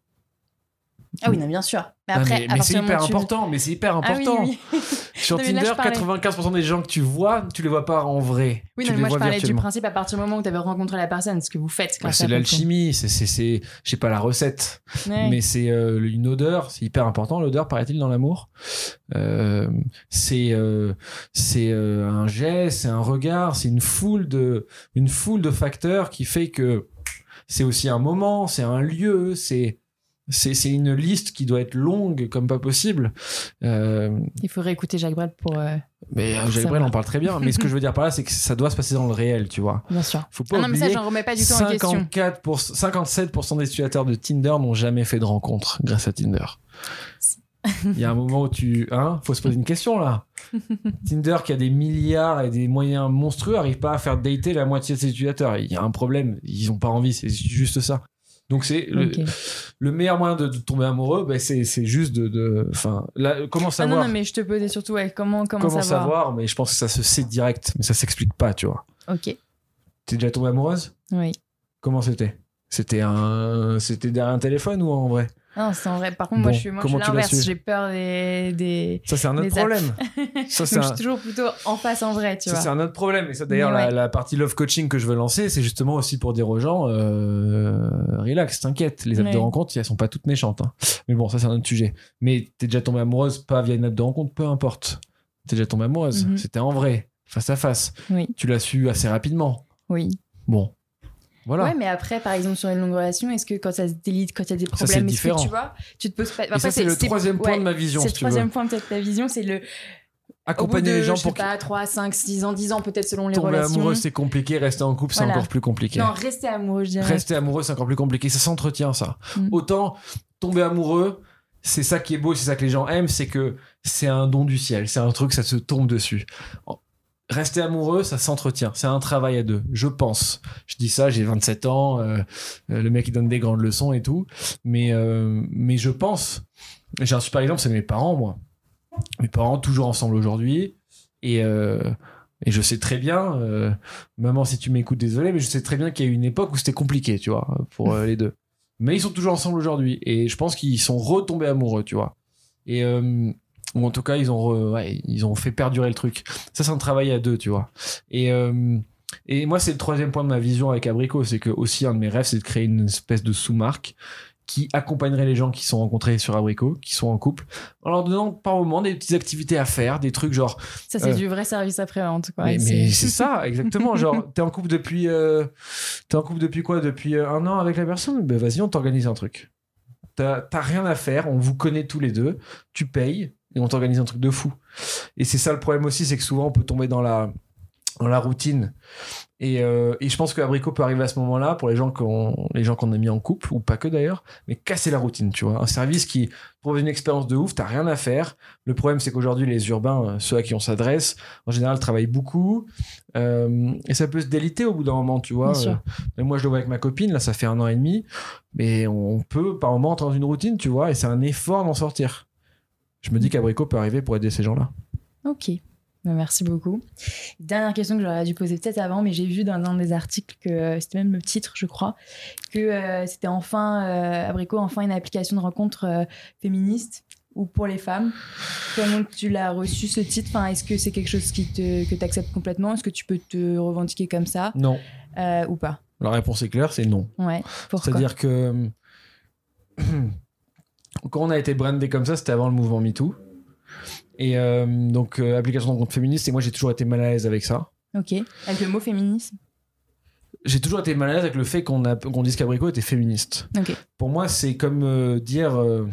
Ah oui, non, bien sûr. Mais, après, ah mais, mais c'est hyper tu... important, mais c'est hyper important. Ah oui, oui. Sur non, Tinder, là, quatre-vingt-quinze pour cent des gens que tu vois, tu les vois pas en vrai. Oui, tu non, mais moi je parlais du principe à partir du moment où tu avais rencontré la personne, ce que vous faites. Bah, c'est l'alchimie, c'est, c'est, c'est, je sais pas la recette, ouais. mais c'est euh, une odeur, c'est hyper important l'odeur, paraît-il, dans l'amour. Euh, c'est euh, c'est euh, un geste, c'est un regard, c'est une foule de une foule de facteurs qui fait que c'est aussi un moment, c'est un lieu, c'est C'est, c'est une liste qui doit être longue comme pas possible. Euh... Il faudrait écouter Jacques Brel pour. Euh, mais euh, Jacques Brel en parle très bien. Mais ce que je veux dire par là, c'est que ça doit se passer dans le réel, tu vois. Bien sûr. Faut pas ah non, mais ça, j'en remets pas du tout en question. cinquante-quatre pour cent, cinquante-sept pour cent des utilisateurs de Tinder n'ont jamais fait de rencontre grâce à Tinder. Il y a un moment où tu. Hein, faut se poser une question là. Tinder, qui a des milliards et des moyens monstrueux, n'arrive pas à faire dater la moitié de ses utilisateurs. Il y a un problème. Ils n'ont pas envie, c'est juste ça. Donc c'est okay. le, le meilleur moyen de, de tomber amoureux, bah c'est, c'est juste de, enfin, comment savoir? Ah non, non, mais je te posais surtout ouais, comment comment, comment savoir. savoir Mais je pense que ça se sait direct, mais ça s'explique pas, tu vois. Ok. T'es déjà tombée amoureuse? Oui. Comment c'était? C'était un, c'était derrière un téléphone ou en vrai? Non, c'est en vrai. Par contre, bon, moi, je suis, moi, je suis l'inverse. J'ai peur des, des. Ça, c'est un autre problème. Ça, c'est Donc, un... je suis toujours plutôt en face en vrai, tu ça, vois. C'est un autre problème. Et ça, d'ailleurs, la, ouais. la partie love coaching que je veux lancer, c'est justement aussi pour dire aux gens, euh, relax, t'inquiète. Les apps ouais. de rencontre, elles sont pas toutes méchantes. Hein. Mais bon, ça, c'est un autre sujet. Mais t'es déjà tombée amoureuse, pas via une app de rencontre, peu importe. T'es déjà tombée amoureuse. Mm-hmm. C'était en vrai, face à face. Oui. Tu l'as su assez rapidement. Oui. Bon. Voilà. Ouais, mais après, par exemple, sur une longue relation, est-ce que quand ça se délite, quand il y a des problèmes, ça, c'est est-ce différent. que tu vois, tu te poses pas. Enfin, ça, c'est, c'est le troisième point ouais, de ma vision. C'est si le troisième tu point, peut-être, de ta vision, c'est le. Accompagner de, les gens je pour sais pas, trois, cinq, six ans, dix ans, peut-être selon les tomber relations. amoureux, c'est compliqué. Rester en couple, voilà. c'est encore plus compliqué. Non, rester amoureux, je dirais. Rester amoureux, c'est encore plus compliqué. Ça s'entretient, ça. Mm. Autant tomber amoureux, c'est ça qui est beau, c'est ça que les gens aiment, c'est que c'est un don du ciel. C'est un truc, ça se tombe dessus. Rester amoureux, ça s'entretient. C'est un travail à deux, je pense. Je dis ça, j'ai vingt-sept ans, euh, le mec, il donne des grandes leçons et tout. Mais, euh, mais je pense... J'ai un super exemple, c'est mes parents, moi. Mes parents, toujours ensemble aujourd'hui. Et, euh, et je sais très bien, euh, maman, si tu m'écoutes, désolé, mais je sais très bien qu'il y a eu une époque où c'était compliqué, tu vois, pour euh, les deux. Mais ils sont toujours ensemble aujourd'hui. Et je pense qu'ils sont retombés amoureux, tu vois. Et... Euh, ou en tout cas ils ont re, ouais, ils ont fait perdurer le truc. Ça, c'est un travail à deux, tu vois. Et euh, et moi, c'est le troisième point de ma vision avec Abricot, c'est que aussi un de mes rêves, c'est de créer une espèce de sous-marque qui accompagnerait les gens qui sont rencontrés sur Abricot, qui sont en couple, en leur donnant par moment des petites activités à faire, des trucs genre. Ça, c'est euh, du vrai service après-vente, quoi. Mais, mais c'est ça, exactement. Genre, t'es en couple depuis, euh, t'es en couple depuis quoi? Depuis un an avec la personne? Ben vas-y, on t'organise un truc. T'as, t'as rien à faire, on vous connaît tous les deux, tu payes. Et on t'organise un truc de fou. Et c'est ça le problème aussi, c'est que souvent on peut tomber dans la, dans la routine. Et, euh, et je pense qu'Abricot peut arriver à ce moment-là pour les gens qu'on, les gens qu'on a mis en couple, ou pas que d'ailleurs, mais casser la routine, tu vois. Un service qui prouve une expérience de ouf, t'as rien à faire. Le problème, c'est qu'aujourd'hui, les urbains, ceux à qui on s'adresse, en général, travaillent beaucoup. Euh, et ça peut se déliter au bout d'un moment, tu vois. Euh, moi, je le vois avec ma copine, là, ça fait un an et demi. Mais on peut, par moment, entrer dans une routine, tu vois, et c'est un effort d'en sortir. Je me dis qu'Abricot peut arriver pour aider ces gens-là. Ok, merci beaucoup. Dernière question que j'aurais dû poser peut-être avant, mais j'ai vu dans un des articles que euh, c'était même le titre, je crois, que euh, c'était enfin euh, Abricot, enfin une application de rencontre euh, féministe ou pour les femmes. Comment tu l'as reçu ce titre? Enfin, est-ce que c'est quelque chose qui te, que tu acceptes complètement? Est-ce que tu peux te revendiquer comme ça? Non. Euh, ou pas? La réponse est claire, c'est non. Ouais. Pourquoi? C'est-à-dire que quand on a été brandé comme ça, c'était avant le mouvement MeToo. Et euh, donc, euh, application de rencontre féministe, et moi j'ai toujours été mal à l'aise avec ça. Ok. Avec le mot féminisme? J'ai toujours été mal à l'aise avec le fait qu'on, a, qu'on dise qu'Abricot était féministe. Okay. Pour moi, c'est comme euh, dire... Euh,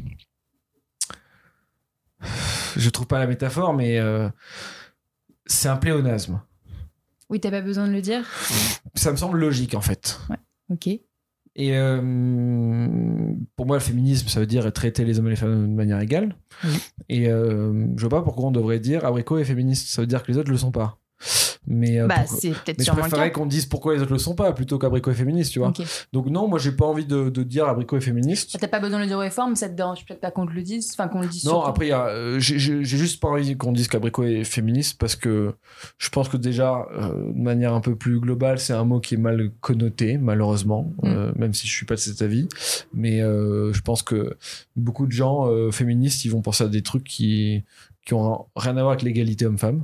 je trouve pas la métaphore, mais euh, c'est un pléonasme. Oui, t'as pas besoin de le dire? Ça me semble logique, en fait. Ouais, ok. Et euh, pour moi, le féminisme, ça veut dire traiter les hommes et les femmes de manière égale. Oui. Et euh, je vois pas pourquoi on devrait dire Abricot est féministe. Ça veut dire que les autres le sont pas. Mais, euh, bah, pour... c'est peut-être mais je préférerais qu'on dise pourquoi les autres le sont pas plutôt qu'Abricot est féministe, tu vois. Okay. Donc non, moi j'ai pas envie de, de dire Abricot est féministe. T'as pas besoin de le dire aux femmes, ça te dérange peut-être pas qu'on te le dise, enfin qu'on le dise. Non, surtout. Après y a, euh, j'ai, j'ai juste pas envie qu'on dise qu'Abricot est féministe parce que je pense que déjà euh, de manière un peu plus globale, c'est un mot qui est mal connoté malheureusement, mm. euh, même si je suis pas de cet avis. Mais euh, je pense que beaucoup de gens euh, féministes, ils vont penser à des trucs qui qui ont rien à voir avec l'égalité homme-femme.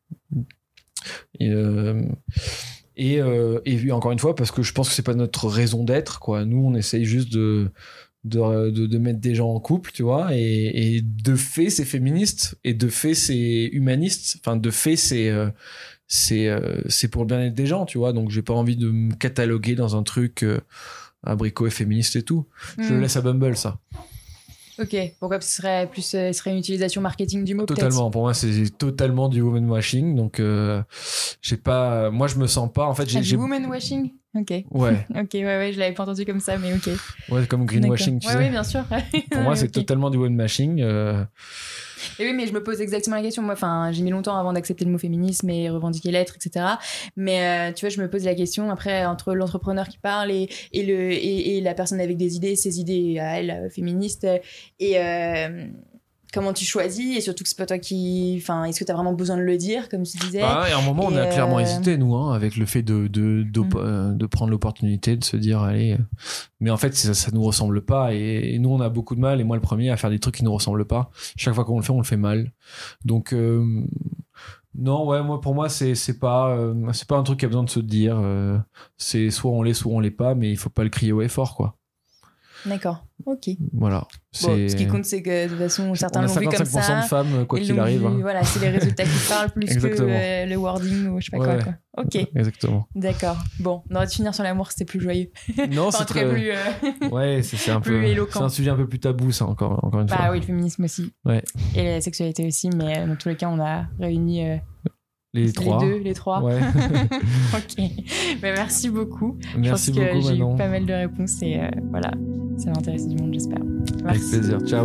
Et, euh, et, euh, et encore une fois parce que je pense que c'est pas notre raison d'être, quoi. Nous on essaye juste de de, de, de mettre des gens en couple, tu vois, et, et de fait c'est féministe et de fait c'est humaniste, enfin de fait c'est euh, c'est euh, c'est pour le bien-être des gens, tu vois. Donc j'ai pas envie de me cataloguer dans un truc euh, Abricot est féministe et tout. mmh. Je le laisse à Bumble, ça. Ok, pourquoi? Parce que ce serait plus ce serait une utilisation marketing du mot. Totalement, peut-être. Pour moi c'est totalement du woman washing, donc euh, j'ai pas, moi je me sens pas en fait. J'ai, ah, j'ai... du woman washing. Ok. Ouais. ok, ouais, ouais, je l'avais pas entendu comme ça, mais ok. Ouais, comme greenwashing, tu ouais, sais. Oui, bien sûr. Pour moi, c'est okay. totalement du woman washing. Euh... Et oui, mais je me pose exactement la question. Moi, enfin, j'ai mis longtemps avant d'accepter le mot féminisme et revendiquer l'être, et cetera. Mais euh, tu vois, je me pose la question après entre l'entrepreneur qui parle et, et le et, et la personne avec des idées, ses idées à elle féministes et euh, comment tu choisis, et surtout que c'est pas toi qui, enfin, est-ce que t'as vraiment besoin de le dire, comme tu disais? Bah, et à un moment, on a euh... clairement hésité, nous, hein, avec le fait de de de, mmh. de prendre l'opportunité de se dire, allez. Mais en fait, ça, ça nous ressemble pas, et, et nous, on a beaucoup de mal, et moi le premier, à faire des trucs qui nous ressemblent pas. Chaque fois qu'on le fait, on le fait mal. Donc euh, non, ouais, moi pour moi, c'est c'est pas euh, c'est pas un truc qui a besoin de se dire. Euh, c'est soit on l'est, soit on l'est pas, mais il faut pas le crier haut et fort, quoi. D'accord, ok. Voilà. Bon, ce qui compte, c'est que de toute façon, certains l'ont vu comme ça. cinquante-cinq pour cent de femmes, quoi qu'il arrive. Hein. Voilà, c'est les résultats qui parlent plus que euh, le wording ou je sais pas ouais, quoi, quoi. Ok. Exactement. D'accord. Bon, on aurait dû finir sur l'amour, c'était plus joyeux. Non, enfin, c'est très. Plus, euh... Ouais, c'est, c'est un peu. éloquent. C'est un sujet un peu plus tabou, ça, encore, encore une bah, fois. Bah oui, le féminisme aussi. Ouais. Et la sexualité aussi, mais dans tous les cas, on a réuni. Euh... Les, les trois. Les deux, les trois. Ouais. Ok. Mais merci beaucoup. Merci Je pense beaucoup, que j'ai Manon. eu pas mal de réponses et euh, voilà, ça va intéresser du monde, j'espère. Merci. Avec plaisir. Ciao.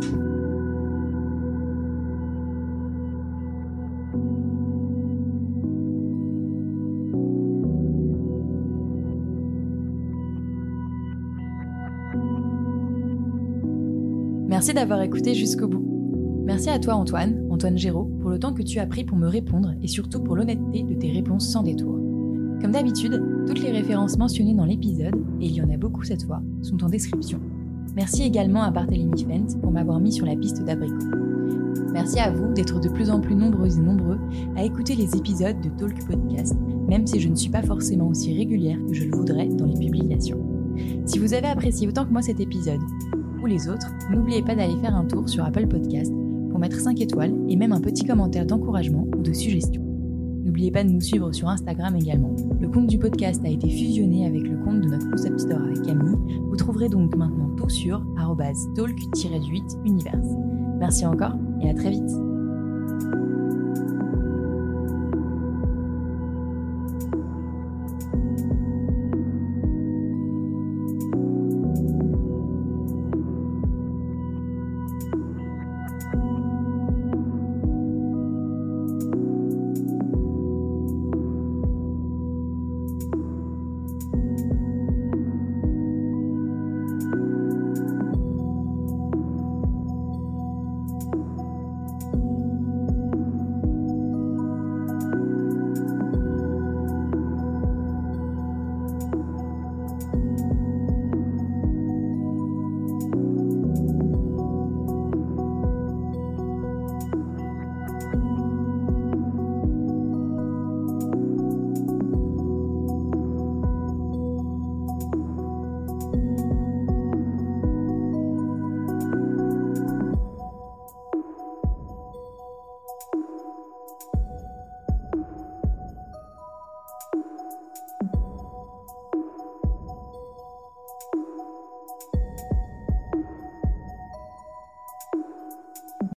Merci d'avoir écouté jusqu'au bout. Merci à toi Antoine, Antoine Géraud, pour le temps que tu as pris pour me répondre et surtout pour l'honnêteté de tes réponses sans détour. Comme d'habitude, toutes les références mentionnées dans l'épisode, et il y en a beaucoup cette fois, sont en description. Merci également à Barthélemy Fent pour m'avoir mis sur la piste d'Abricot. Merci à vous d'être de plus en plus nombreuses et nombreux à écouter les épisodes de Talk Podcast, même si je ne suis pas forcément aussi régulière que je le voudrais dans les publications. Si vous avez apprécié autant que moi cet épisode, ou les autres, n'oubliez pas d'aller faire un tour sur Apple Podcast pour mettre cinq étoiles et même un petit commentaire d'encouragement ou de suggestion. N'oubliez pas de nous suivre sur Instagram également. Le compte du podcast a été fusionné avec le compte de notre concept store avec Camille. Vous trouverez donc maintenant tout sur arobase talk tiret du huit univers. Merci encore et à très vite.